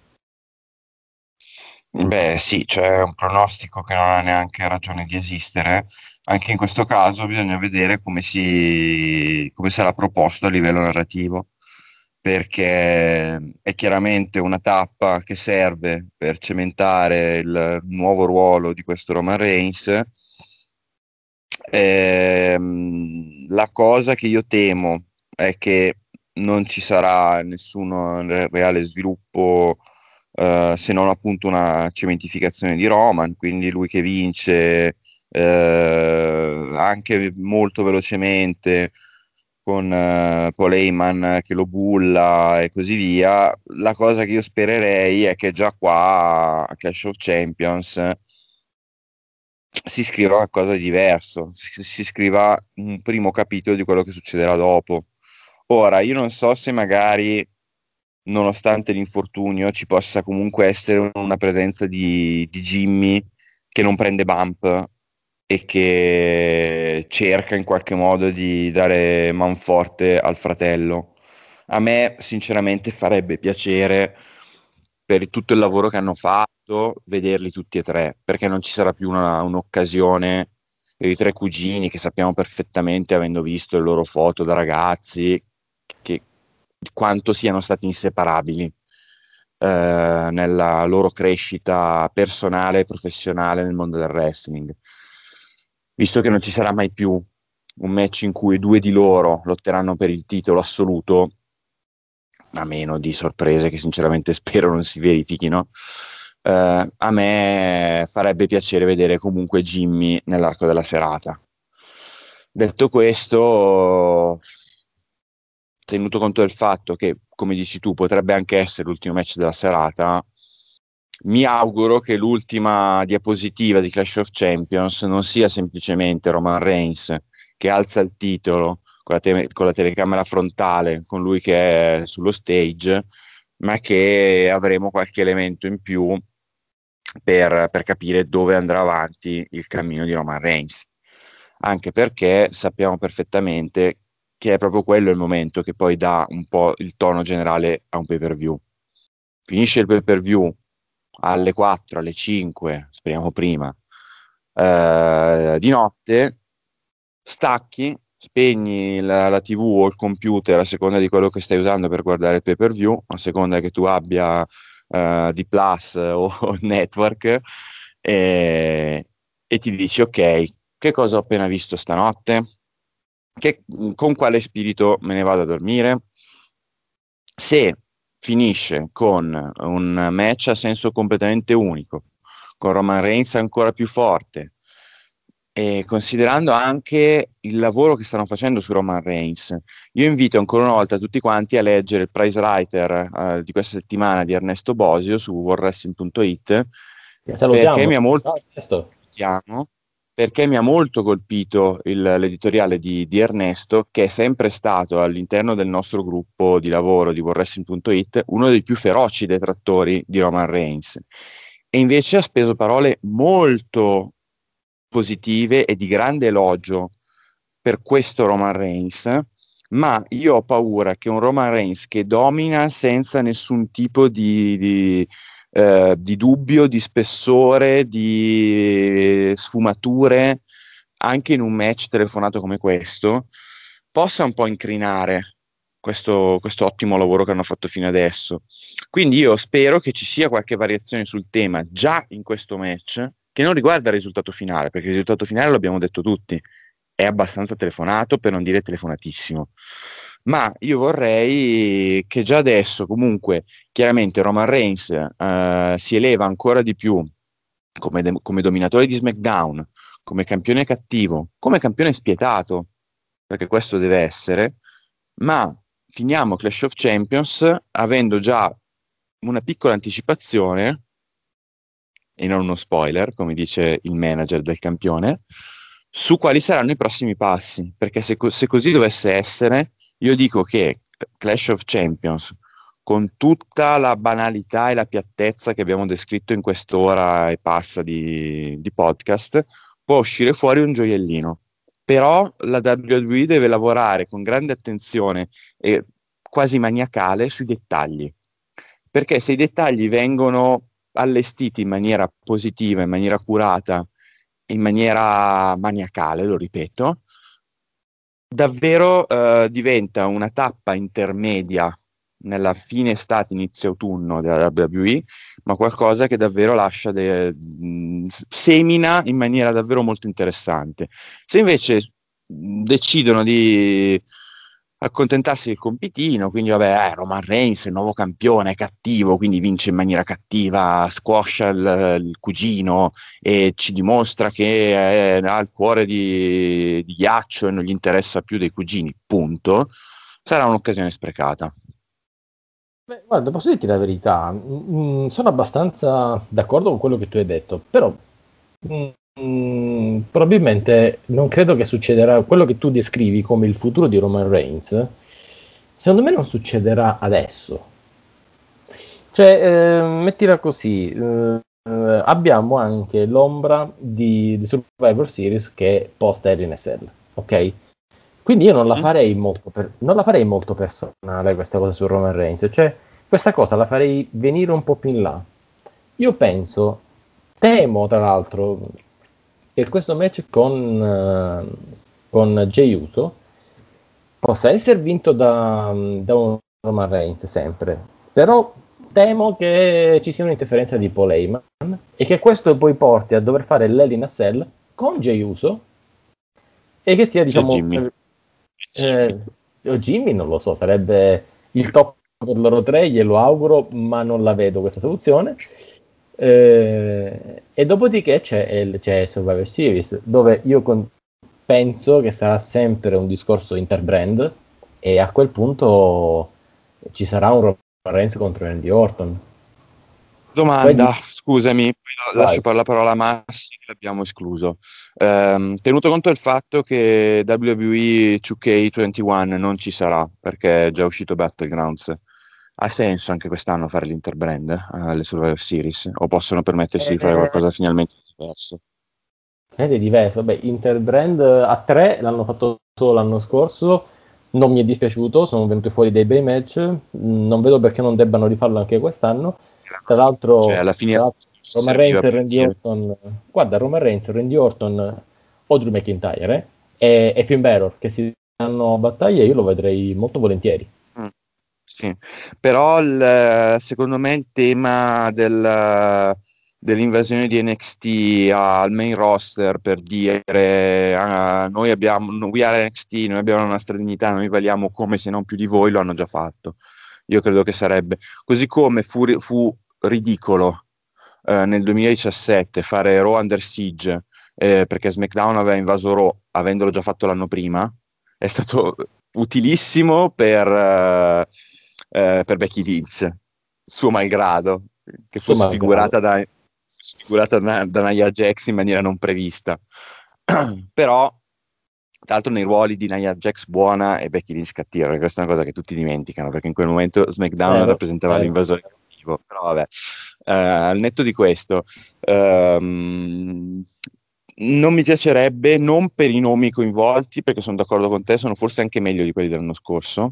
Beh, sì, c'è un pronostico che non ha neanche ragione di esistere. Anche in questo caso bisogna vedere come sarà proposto a livello narrativo, perché è chiaramente una tappa che serve per cementare il nuovo ruolo di questo Roman Reigns. La cosa che io temo è che non ci sarà nessun reale sviluppo, se non appunto una cementificazione di Roman, quindi lui che vince anche molto velocemente con Paul Heyman che lo bulla e così via. La cosa che io spererei è che già qua a Clash of Champions si scriva qualcosa di diverso, si scriva un primo capitolo di quello che succederà dopo. Ora, io non so se magari, nonostante l'infortunio, ci possa comunque essere una presenza di Jimmy che non prende bump e che cerca in qualche modo di dare manforte al fratello. A me, sinceramente, farebbe piacere, per tutto il lavoro che hanno fatto, vederli tutti e tre, perché non ci sarà più un'occasione per i tre cugini che sappiamo perfettamente, avendo visto le loro foto da ragazzi, che quanto siano stati inseparabili. nella loro crescita personale e professionale nel mondo del wrestling. Visto che non ci sarà mai più un match in cui 2 di loro lotteranno per il titolo assoluto, a meno di sorprese che sinceramente spero non si verifichino, a me farebbe piacere vedere comunque Jimmy nell'arco della serata. Detto questo, tenuto conto del fatto che, come dici tu, potrebbe anche essere l'ultimo match della serata, mi auguro che l'ultima diapositiva di Clash of Champions non sia semplicemente Roman Reigns che alza il titolo con la telecamera frontale, con lui che è sullo stage, ma che avremo qualche elemento in più per capire dove andrà avanti il cammino di Roman Reigns. Anche perché sappiamo perfettamente che è proprio quello il momento che poi dà un po' il tono generale a un pay-per-view. Finisce il pay-per-view alle 4, alle 5, speriamo prima, di notte, stacchi, spegni la TV o il computer a seconda di quello che stai usando per guardare il pay-per-view, a seconda che tu abbia di Plus o Network, e ti dici ok, che cosa ho appena visto stanotte? Con quale spirito me ne vado a dormire? Se finisce con un match a senso completamente unico, con Roman Reigns ancora più forte, e considerando anche il lavoro che stanno facendo su Roman Reigns, io invito ancora una volta tutti quanti a leggere il prize writer di questa settimana di Ernesto Bosio su worldwrestling.it, perché mi ha molto perché mi ha molto colpito l'editoriale di Ernesto, che è sempre stato all'interno del nostro gruppo di lavoro di worldwrestling.it uno dei più feroci detrattori di Roman Reigns, e invece ha speso parole molto positive e di grande elogio per questo Roman Reigns, ma io ho paura che un Roman Reigns che domina senza nessun tipo di dubbio, di spessore, di sfumature, anche in un match telefonato come questo, possa un po' incrinare questo ottimo lavoro che hanno fatto fino adesso. Quindi io spero che ci sia qualche variazione sul tema già in questo match, che non riguarda il risultato finale, perché il risultato finale l'abbiamo detto tutti, è abbastanza telefonato, per non dire telefonatissimo. Ma io vorrei che già adesso, comunque, chiaramente Roman Reigns si eleva ancora di più come dominatore di SmackDown, come campione cattivo, come campione spietato, perché questo deve essere, ma finiamo Clash of Champions avendo già una piccola anticipazione, e non uno spoiler, come dice il manager del campione, su quali saranno i prossimi passi, perché se così dovesse essere, io dico che Clash of Champions, con tutta la banalità e la piattezza che abbiamo descritto in quest'ora e passa di podcast, può uscire fuori un gioiellino. Però la WWE deve lavorare con grande attenzione e quasi maniacale sui dettagli, perché se i dettagli vengono allestiti in maniera positiva, in maniera curata, in maniera maniacale, lo ripeto, davvero diventa una tappa intermedia nella fine estate, inizio autunno della WWE, ma qualcosa che davvero lascia semina in maniera davvero molto interessante. Se invece decidono di accontentarsi del compitino, quindi vabbè, Roman Reigns è il nuovo campione, è cattivo, quindi vince in maniera cattiva, squascia il cugino e ci dimostra che ha il cuore di ghiaccio e non gli interessa più dei cugini, punto, sarà un'occasione sprecata. Beh, guarda, posso dirti la verità, sono abbastanza d'accordo con quello che tu hai detto, però probabilmente non credo che succederà quello che tu descrivi come il futuro di Roman Reigns. Secondo me non succederà adesso. Cioè, mettila così, abbiamo anche l'ombra di Survivor Series che è post Hell in a Cell, ok? Quindi io non la farei molto personale questa cosa su Roman Reigns, cioè questa cosa la farei venire un po' più in là. Io temo tra l'altro che questo match con Jey Uso possa essere vinto da un Roman Reigns sempre, però temo che ci sia un'interferenza di Paul Heyman e che questo poi porti a dover fare l'Hell in a Cell con Jey Uso e che sia, diciamo, Jimmy non lo so, sarebbe il top per loro tre, glielo auguro, ma non la vedo questa soluzione. E dopodiché c'è Survivor Series, dove io penso che sarà sempre un discorso interbrand e a quel punto ci sarà un Roman Reigns contro Randy Orton. Domanda, scusami, lascio la parola a Massi, che l'abbiamo escluso. Tenuto conto del fatto che WWE 2K21 non ci sarà, perché è già uscito Battlegrounds, ha senso anche quest'anno fare l'interbrand alle Survivor Series? O possono permettersi di fare qualcosa finalmente diverso? È diverso, beh, interbrand a 3 l'hanno fatto solo l'anno scorso, non mi è dispiaciuto, sono venuti fuori dei bei match, non vedo perché non debbano rifarlo anche quest'anno. Tra l'altro, cioè, alla fine Roman Reigns e Randy Orton, guarda, Roman Reigns, Randy Orton o Drew McIntyre e Finn Balor che si danno battaglia, io lo vedrei molto volentieri. Sì, però secondo me il tema dell'invasione di NXT al main roster, per dire noi abbiamo, we are NXT, noi abbiamo una nostra dignità, noi valiamo come se non più di voi, lo hanno già fatto. Io credo che sarebbe così, come fu ridicolo nel 2017 fare Raw Under Siege perché SmackDown aveva invaso Raw avendolo già fatto l'anno prima. È stato utilissimo per Becky Lynch, suo malgrado, che fu sfigurata da Nia Jax in maniera non prevista. Però tra l'altro nei ruoli di Nia Jax buona e Becky Lynch cattiva, perché questa è una cosa che tutti dimenticano, perché in quel momento SmackDown rappresentava l'invasore cattivo. Però vabbè, al netto di questo, non mi piacerebbe, non per i nomi coinvolti, perché sono d'accordo con te, sono forse anche meglio di quelli dell'anno scorso,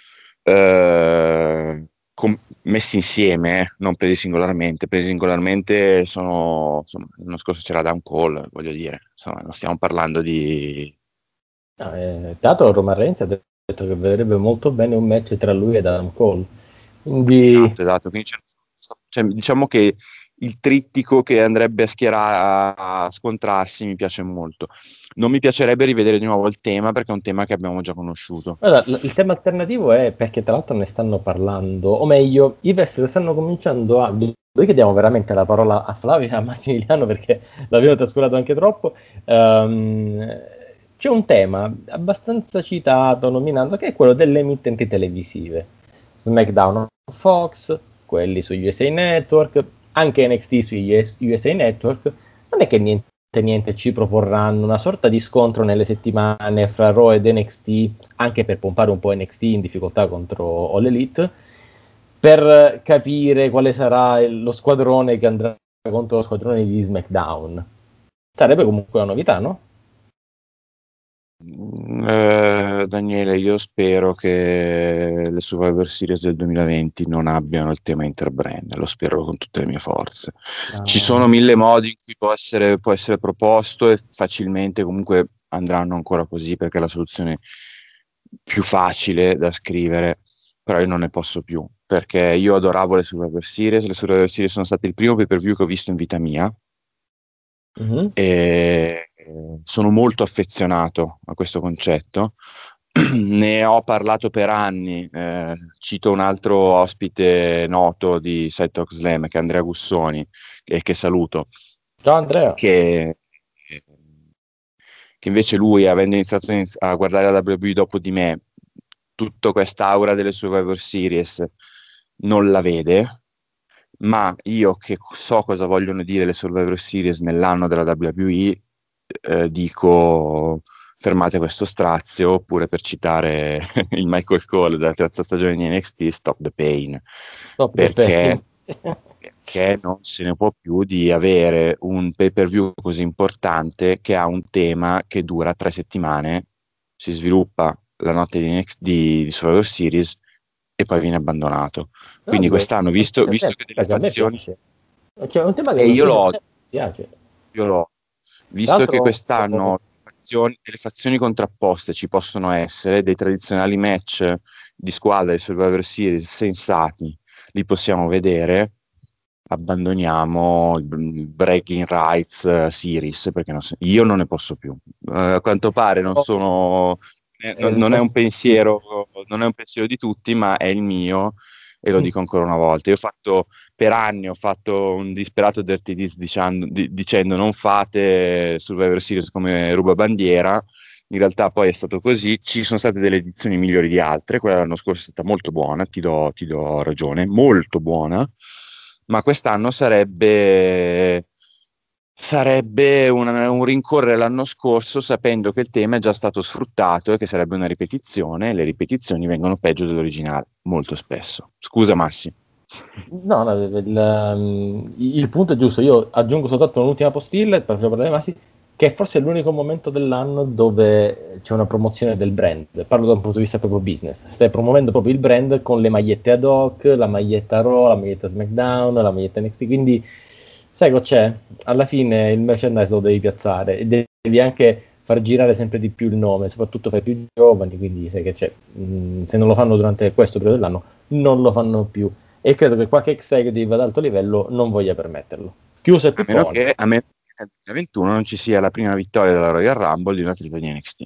messi insieme, non presi singolarmente sono, insomma, l'anno scorso c'era Adam Cole, voglio dire, insomma, non stiamo parlando di... Dato Roman Reigns ha detto che vedrebbe molto bene un match tra lui ed Adam Cole, quindi... Esatto. Quindi cioè, diciamo che il trittico che andrebbe a schierare a scontrarsi mi piace molto. Non mi piacerebbe rivedere di nuovo il tema, perché è un tema che abbiamo già conosciuto. Allora, il tema alternativo è perché tra l'altro ne stanno parlando, o meglio, i wrestler stanno cominciando a... Noi chiediamo veramente la parola a Flavio e a Massimiliano perché l'abbiamo trascurato anche troppo. C'è un tema abbastanza citato, nominato, che è quello delle emittenti televisive. SmackDown on Fox, quelli su USA Network, anche NXT su USA Network. Non è che niente ci proporranno una sorta di scontro nelle settimane fra Raw ed NXT, anche per pompare un po' NXT in difficoltà contro All Elite, per capire quale sarà lo squadrone che andrà contro lo squadrone di SmackDown. Sarebbe comunque una novità, no? Daniele, io spero che le Survivor Series del 2020 non abbiano il tema interbrand, lo spero con tutte le mie forze. Ci sono 1000 modi in cui può essere proposto e facilmente comunque andranno ancora così, perché è la soluzione più facile da scrivere, però io non ne posso più, perché io adoravo le Survivor Series sono state il primo pay-per-view che ho visto in vita mia. Mm-hmm. E sono molto affezionato a questo concetto. Ne ho parlato per anni, cito un altro ospite noto di Side Talk Slam, che è Andrea Gussoni, che saluto. Ciao Andrea. Che invece lui, avendo iniziato a guardare la WWE dopo di me, tutta quest'aura delle Survivor Series non la vede. Ma io, che so cosa vogliono dire le Survivor Series nell'anno della WWE, dico fermate questo strazio, oppure, per citare il Michael Cole della terza stagione di NXT, stop the pain. Perché non se ne può più di avere un pay-per-view così importante che ha un tema che dura 3 settimane, si sviluppa la notte di Survivor Series e poi viene abbandonato. Quindi quest'anno, visto che delle fazioni, cioè, un tema che io l'ho, piace. Visto che quest'anno delle fazioni contrapposte ci possono essere, dei tradizionali match di squadra di Survivor Series sensati, li possiamo vedere, abbandoniamo il Bragging Rights Series, perché io non ne posso più. A quanto pare non sono... non è un pensiero, non è un pensiero di tutti, ma è il mio, e lo dico ancora una volta. Io per anni ho fatto un disperato Dirty Deeds dicendo non fate Survivor Series come rubabandiera. In realtà poi è stato così, ci sono state delle edizioni migliori di altre, quella dell'anno scorso è stata molto buona, ti do ragione, molto buona, ma quest'anno sarebbe un rincorrere l'anno scorso sapendo che il tema è già stato sfruttato e che sarebbe una ripetizione, e le ripetizioni vengono peggio dell'originale, molto spesso. Scusa Massi. No, il punto è giusto. Io aggiungo soltanto un'ultima postilla per parlare di Massi, che forse è l'unico momento dell'anno dove c'è una promozione del brand. Parlo da un punto di vista proprio business. Stai promuovendo proprio il brand con le magliette ad hoc, la maglietta Raw, la maglietta SmackDown, la maglietta NXT, quindi sai cosa c'è? Alla fine il merchandise lo devi piazzare e devi anche far girare sempre di più il nome, soprattutto fra i più giovani, quindi sai che c'è. Se non lo fanno durante questo periodo dell'anno, non lo fanno più. E credo che qualche executive ad alto livello non voglia permetterlo. Chiuso il A meno che nel 2021 non ci sia la prima vittoria della Royal Rumble di un atleta di NXT.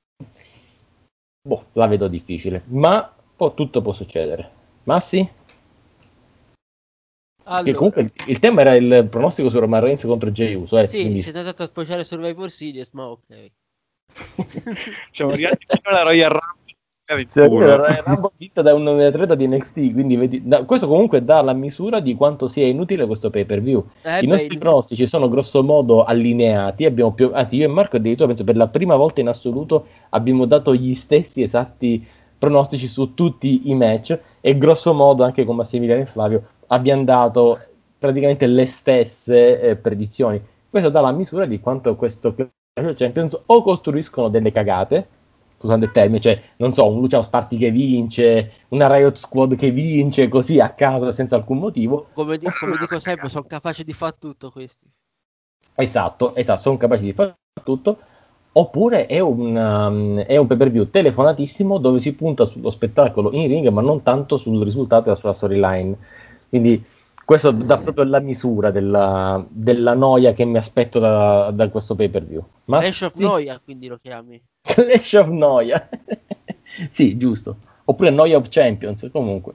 Boh, la vedo difficile, ma tutto può succedere. Massi? Allora, che comunque il tema era il pronostico su Roman Reigns contro Jey Uso. sì, quindi... siete andato a sfociare Survivor Series, ma ok. Siamo arrivati fino alla Royal Rumble. La Rumble vinta da un atleta di NXT, quindi vedi, questo comunque dà la misura di quanto sia inutile questo pay per view. I nostri pronostici sono grosso modo allineati, abbiamo io e Marco addirittura penso per la prima volta in assoluto abbiamo dato gli stessi esatti pronostici su tutti i match, e grosso modo anche con Massimiliano e Flavio abbiamo dato praticamente le stesse predizioni. Questo dà la misura di quanto questo Clash of Champions o costruiscono delle cagate, scusate il termine, cioè non so, un Luciano Sparti che vince, una Riot Squad che vince così a caso senza alcun motivo. Come dico sempre, sono capaci di fare tutto questi. Esatto, sono capaci di fare tutto. Oppure è un pay per view telefonatissimo dove si punta sullo spettacolo in ring, ma non tanto sul risultato e sulla storyline. Quindi questo dà proprio la misura della noia che mi aspetto da questo pay per view. Clash of Noia, quindi lo chiami? Clash of Noia. Sì, giusto. Oppure Noia of Champions, comunque.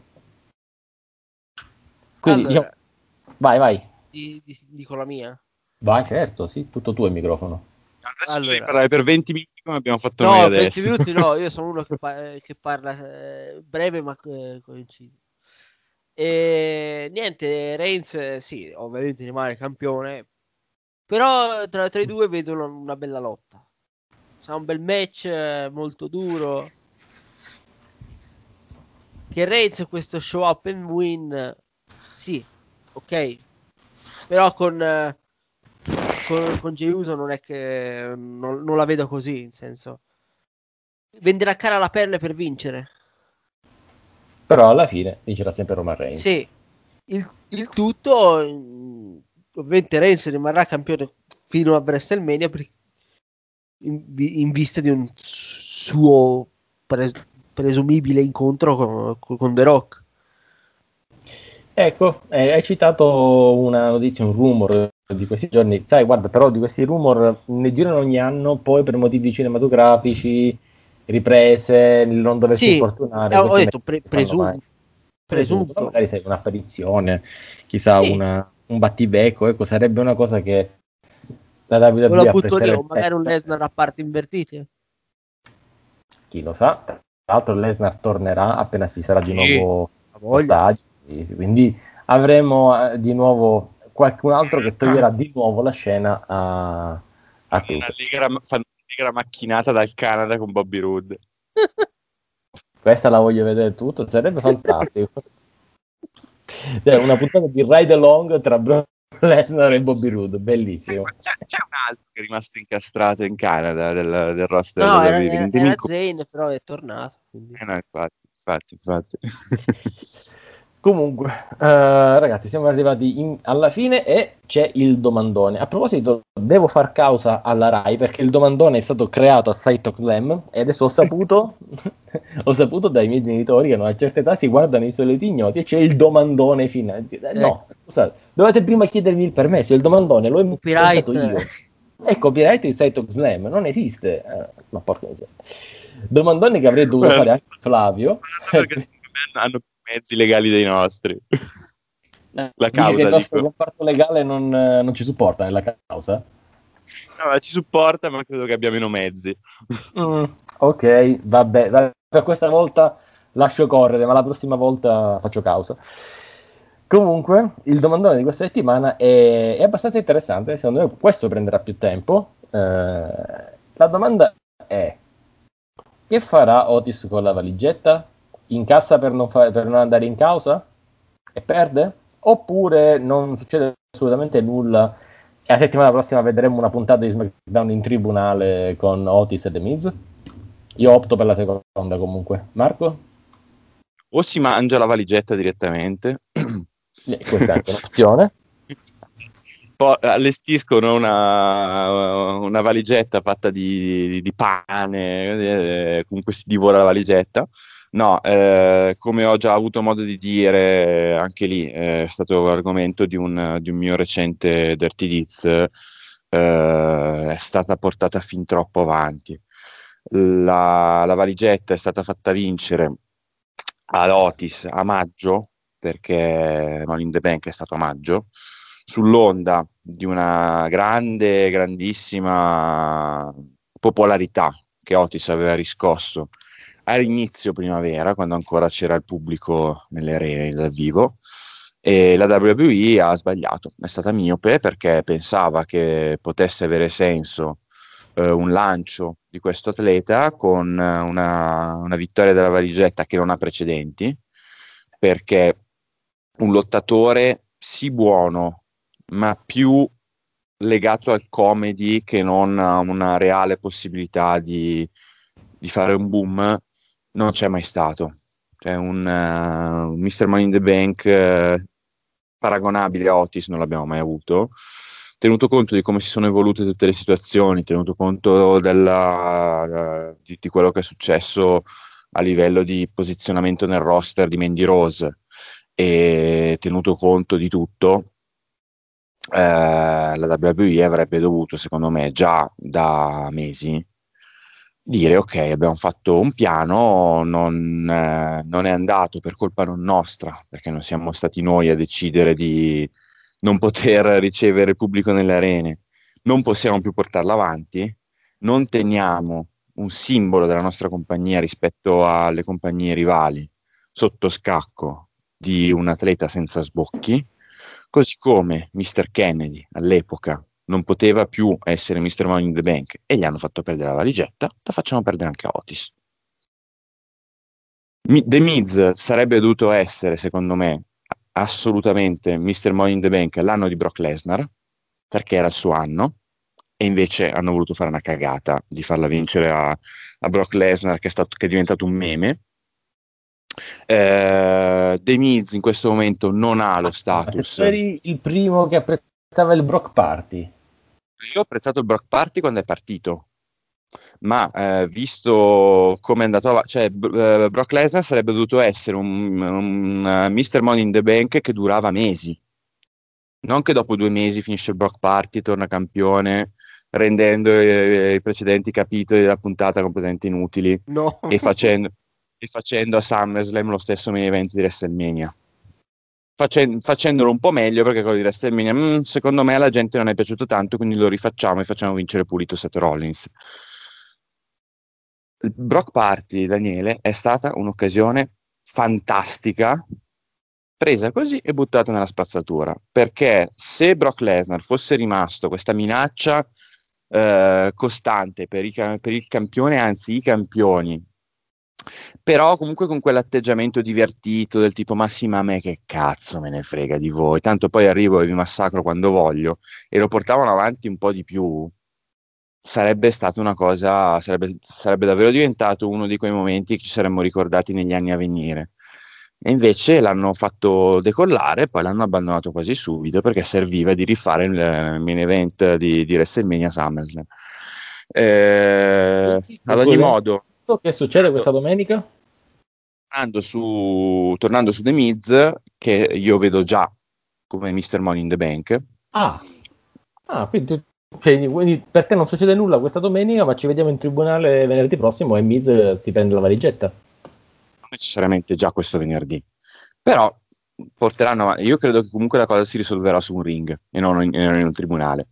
Quindi, allora, vai. Dico la mia? Vai, certo, sì, tutto tuo il microfono. Adesso devi parlare per 20 minuti come abbiamo fatto noi adesso. 20 minuti no, io sono uno che parla breve ma coincide. E niente, Reigns sì, ovviamente rimane campione, però tra i due vedo una bella lotta. Sarà un bel match molto duro. Che Reigns questo show up and win, sì, ok, però con Jey Uso non è che non la vedo così, in senso venderà cara la pelle per vincere. Però alla fine vincerà sempre Roman Reigns. Sì, il tutto ovviamente Reigns rimarrà campione fino a WrestleMania in vista di un suo presumibile incontro con The Rock. Ecco, hai citato una notizia, un rumor di questi giorni. Sai, guarda, però di questi rumor ne girano ogni anno, poi per motivi cinematografici, riprese, non doversi infortunare. Ho detto presunto. Magari sei un'apparizione, chissà, sì. Un battibecco, ecco, sarebbe una cosa che la WWE la butto lì, o magari un Lesnar a parti invertite. Chi lo sa. Tra l'altro Lesnar tornerà appena ci sarà di nuovo stadio, quindi avremo di nuovo qualcun altro che toglierà di nuovo la scena a tutti. Fanno una allegra macchinata dal Canada con Bobby Roode. Questa la voglio vedere tutto, sarebbe fantastico. Una puntata di ride along tra Brock Lesnar e Bobby Roode, bellissimo. C'è un altro che è rimasto incastrato in Canada del roster. No, era Zayn, però è tornato. No, infatti. Comunque, ragazzi, siamo arrivati alla fine e c'è il domandone. A proposito, devo far causa alla Rai perché il domandone è stato creato a Site Slam e adesso ho saputo, ho saputo dai miei genitori che a una certa età si guardano i soliti ignoti e c'è il domandone finale. No, scusate, dovete prima chiedermi il permesso, il domandone l'ho inventato io. Copyright. È copyright di Site Slam, non esiste. Ma porca miseria. Domandone che avrei dovuto fare anche Flavio. Perché hanno mezzi legali dei nostri. La Dice causa, che il nostro dico. comparto legale non ci supporta nella causa. No, ci supporta, ma credo che abbia meno mezzi. Ok, vabbè, per questa volta lascio correre, ma la prossima volta faccio causa. Comunque, il domandone di questa settimana è abbastanza interessante, secondo me questo prenderà più tempo. La domanda è: che farà Otis con la valigetta? Incassa per non andare in causa? E perde? Oppure non succede assolutamente nulla e la settimana prossima vedremo una puntata di SmackDown in tribunale con Otis e The Miz? Io opto per la seconda comunque. Marco? O si mangia la valigetta direttamente. Questa è anche un'opzione. Poi allestiscono una valigetta fatta di pane, comunque si divora la valigetta. No, come ho già avuto modo di dire, anche lì è stato argomento di un mio recente Dirty Deeds, è stata portata fin troppo avanti. La valigetta è stata fatta vincere ad Otis a maggio, perché Money in the Bank è stato a maggio, sull'onda di una grandissima popolarità che Otis aveva riscosso all'inizio primavera, quando ancora c'era il pubblico nelle arene dal vivo, e la WWE ha sbagliato, è stata miope perché pensava che potesse avere senso un lancio di questo atleta con una vittoria della valigetta che non ha precedenti, perché un lottatore sì buono, ma più legato al comedy che non a una reale possibilità di fare un boom, non c'è mai stato. Cioè un Mr. Money in the Bank paragonabile a Otis non l'abbiamo mai avuto, tenuto conto di come si sono evolute tutte le situazioni, tenuto conto di quello che è successo a livello di posizionamento nel roster di Mandy Rose, e tenuto conto di tutto, la WWE avrebbe dovuto, secondo me, già da mesi dire: ok, abbiamo fatto un piano, non è andato per colpa non nostra, perché non siamo stati noi a decidere di non poter ricevere il pubblico nelle arene, non possiamo più portarla avanti, non teniamo un simbolo della nostra compagnia rispetto alle compagnie rivali sotto scacco di un atleta senza sbocchi, così come Mr. Kennedy all'epoca non poteva più essere Mr. Money in the Bank e gli hanno fatto perdere la valigetta, la facciamo perdere anche a Otis. The Miz sarebbe dovuto essere, secondo me, assolutamente Mr. Money in the Bank l'anno di Brock Lesnar, perché era il suo anno, e invece hanno voluto fare una cagata di farla vincere a Brock Lesnar, che è diventato un meme. The Miz in questo momento non ha lo status. Tu eri il primo che apprezzava il Brock Party. Io ho apprezzato il Brock Party quando è partito, ma visto come è andato avanti, cioè Brock Lesnar sarebbe dovuto essere un Mr. Money in the Bank che durava mesi, non che dopo 2 mesi finisce il Brock Party, torna campione, rendendo i precedenti capitoli della puntata completamente inutili, No. e facendo a SummerSlam lo stesso main event di WrestleMania. Facendolo un po' meglio, perché quello di WrestleMania secondo me alla gente non è piaciuto tanto, quindi lo rifacciamo e facciamo vincere pulito Seth Rollins. Il Brock Party, Daniele, è stata un'occasione fantastica, presa così e buttata nella spazzatura, perché se Brock Lesnar fosse rimasto questa minaccia costante per il campione, anzi i campioni, però comunque con quell'atteggiamento divertito del tipo: ma sì, ma a me che cazzo me ne frega di voi, tanto poi arrivo e vi massacro quando voglio, e lo portavano avanti un po' di più, sarebbe stata una cosa, sarebbe davvero diventato uno di quei momenti che ci saremmo ricordati negli anni a venire. E invece l'hanno fatto decollare e poi l'hanno abbandonato quasi subito perché serviva di rifare il main event di WrestleMania SummerSlam. Ad ogni modo, che succede questa domenica? tornando su The Miz, che io vedo già come Mr. Money in the Bank. Quindi per te non succede nulla questa domenica, ma ci vediamo in tribunale venerdì prossimo e Miz ti prende la valigetta. Non necessariamente già questo venerdì, però porteranno avanti. Io credo che comunque la cosa si risolverà su un ring e non in un tribunale.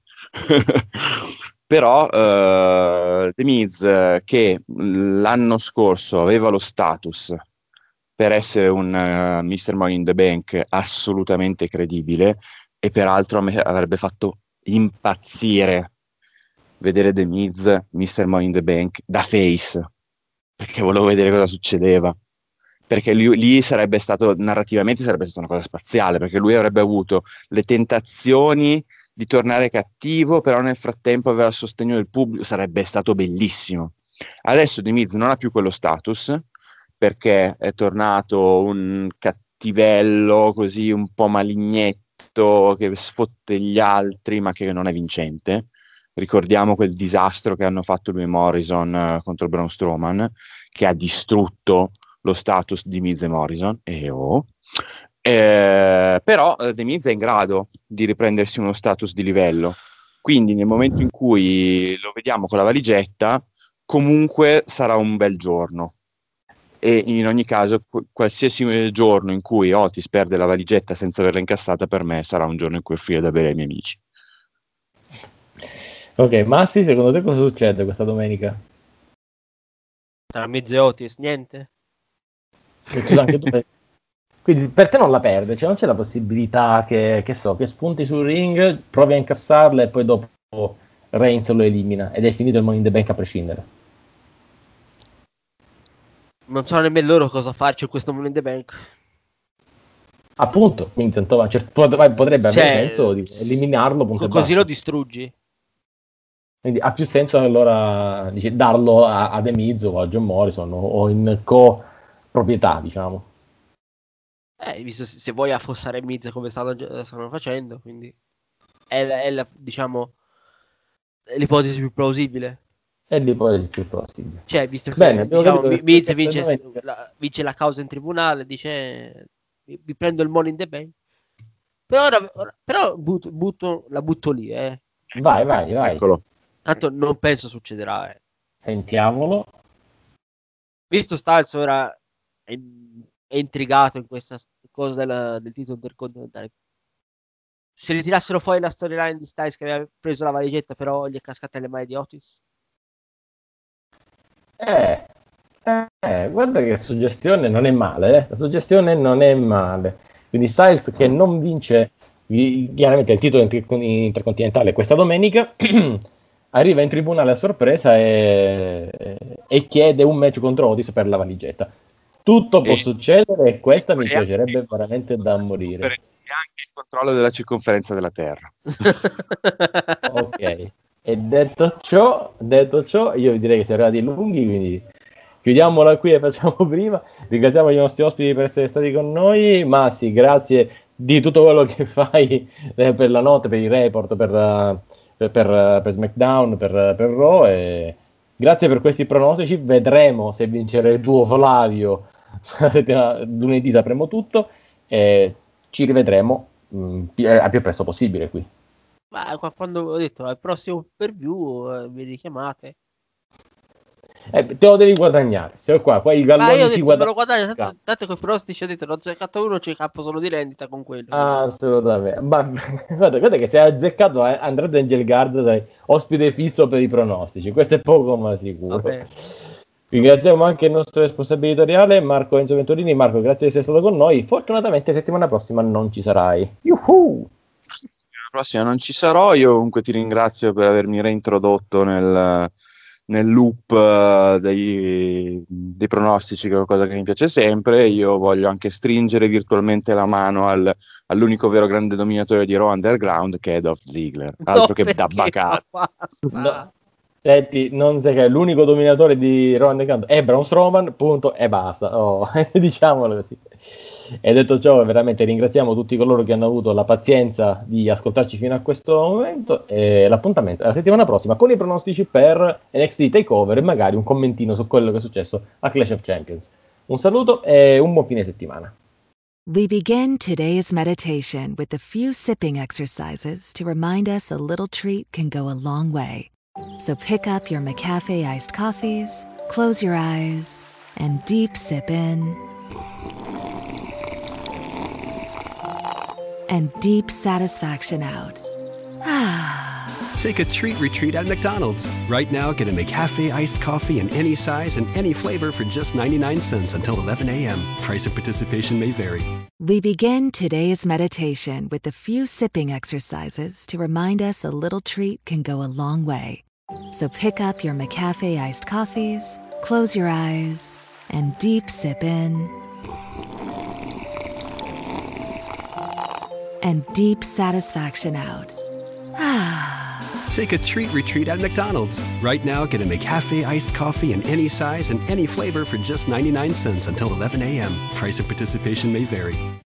Però The Miz, che l'anno scorso aveva lo status per essere un Mr. Money in the Bank assolutamente credibile, e peraltro a me avrebbe fatto impazzire vedere The Miz Mr. Money in the Bank da face, perché volevo vedere cosa succedeva, perché lì sarebbe stato, narrativamente sarebbe stata una cosa spaziale, perché lui avrebbe avuto le tentazioni di tornare cattivo, però nel frattempo aveva il sostegno del pubblico, sarebbe stato bellissimo. Adesso The Miz non ha più quello status, perché è tornato un cattivello così un po' malignetto che sfotte gli altri ma che non è vincente. Ricordiamo quel disastro che hanno fatto lui e Morrison contro Braun Strowman, che ha distrutto lo status di Miz e Morrison. Però The Miz è in grado di riprendersi uno status di livello, quindi nel momento in cui lo vediamo con la valigetta comunque sarà un bel giorno. E in ogni caso qualsiasi giorno in cui Otis perde la valigetta senza averla incassata, per me sarà un giorno in cui offrire da bere ai miei amici. Ok, Massi, secondo te cosa succede questa domenica? Tra Miz e Otis, niente? Anche tu quindi per te non la perde, cioè non c'è la possibilità che spunti sul ring, provi a incassarla e poi dopo Reigns lo elimina ed è finito il Money in the Bank a prescindere. Non so nemmeno loro cosa farci in questo Money in the Bank. Appunto, quindi tanto potrebbe avere senso di eliminarlo. Così lo distruggi. Quindi ha più senso allora darlo a The Miz o a John Morrison o in co-proprietà, diciamo. Visto se vuoi affossare Miz come stanno facendo, quindi è diciamo l'ipotesi più plausibile. È l'ipotesi più plausibile. Cioè, visto che bene, diciamo, Miz vince la causa in tribunale, dice vi prendo il Money in the Bank. Però la butto lì, Vai. Eccolo. Tanto non penso succederà. Sentiamolo. Visto Styles ora è intrigato in questa cosa del titolo intercontinentale. Se ritirassero fuori la storyline di Styles che aveva preso la valigetta, però gli è cascata nelle mani di Otis. Guarda che suggestione non è male, La suggestione non è male. Quindi Styles che non vince chiaramente il titolo intercontinentale questa domenica arriva in tribunale a sorpresa e chiede un match contro Otis per la valigetta. Tutto può succedere e questa mi piacerebbe veramente da morire. E anche il controllo della circonferenza della Terra. Ok. E detto ciò, io direi che siamo arrivati lunghi, quindi chiudiamola qui e facciamo prima. Ringraziamo i nostri ospiti per essere stati con noi. Massi, grazie di tutto quello che fai per la notte, per i report, per SmackDown, per Raw. E grazie per questi pronostici. Vedremo se vincerà il tuo Flavio. Lunedì sapremo tutto e ci rivedremo a più presto possibile qui. Ma quando ho detto al prossimo per-view mi richiamate. Te lo devi guadagnare. Se qua i galloni io ho detto, me lo guadagno. tanto che pronostici ho detto, l'ho azzeccato uno, ci cappo solo di rendita con quello. Assolutamente. Ma guarda che se hai azzeccato Andrea D'Angelgard, sei ospite fisso per i pronostici. Questo è poco ma sicuro. Vabbè. Ringraziamo anche il nostro responsabile editoriale Marco Enzo Venturini. Marco, grazie di essere stato con noi. Fortunatamente settimana prossima non ci sarai. Yuhu! La prossima non ci sarò. Io comunque ti ringrazio per avermi reintrodotto nel loop dei pronostici, che è una cosa che mi piace sempre. Io voglio anche stringere virtualmente la mano all'unico vero grande dominatore di Raw Underground, che è Dolph Ziggler. Altro che da bacà. No. Senti, non sai che l'unico dominatore di Rowan Underground è Braun Strowman, punto, e basta. Oh, diciamolo così. E detto ciò, veramente ringraziamo tutti coloro che hanno avuto la pazienza di ascoltarci fino a questo momento e l'appuntamento è la settimana prossima con i pronostici per NXT TakeOver e magari un commentino su quello che è successo a Clash of Champions. Un saluto e un buon fine settimana. We begin today's meditation with a few sipping exercises to remind us a little treat can go a long way. So pick up your McCafe iced coffees, close your eyes, and deep sip in. And deep satisfaction out. Take a treat retreat at McDonald's. Right now, get a McCafe iced coffee in any size and any flavor for just 99 cents until 11 a.m. Price of participation may vary. We begin today's meditation with a few sipping exercises to remind us a little treat can go a long way. So pick up your McCafe iced coffees, close your eyes, and deep sip in. And deep satisfaction out. Take a treat retreat at McDonald's. Right now, get a McCafe iced coffee in any size and any flavor for just 99 cents until 11 a.m. Price of participation may vary.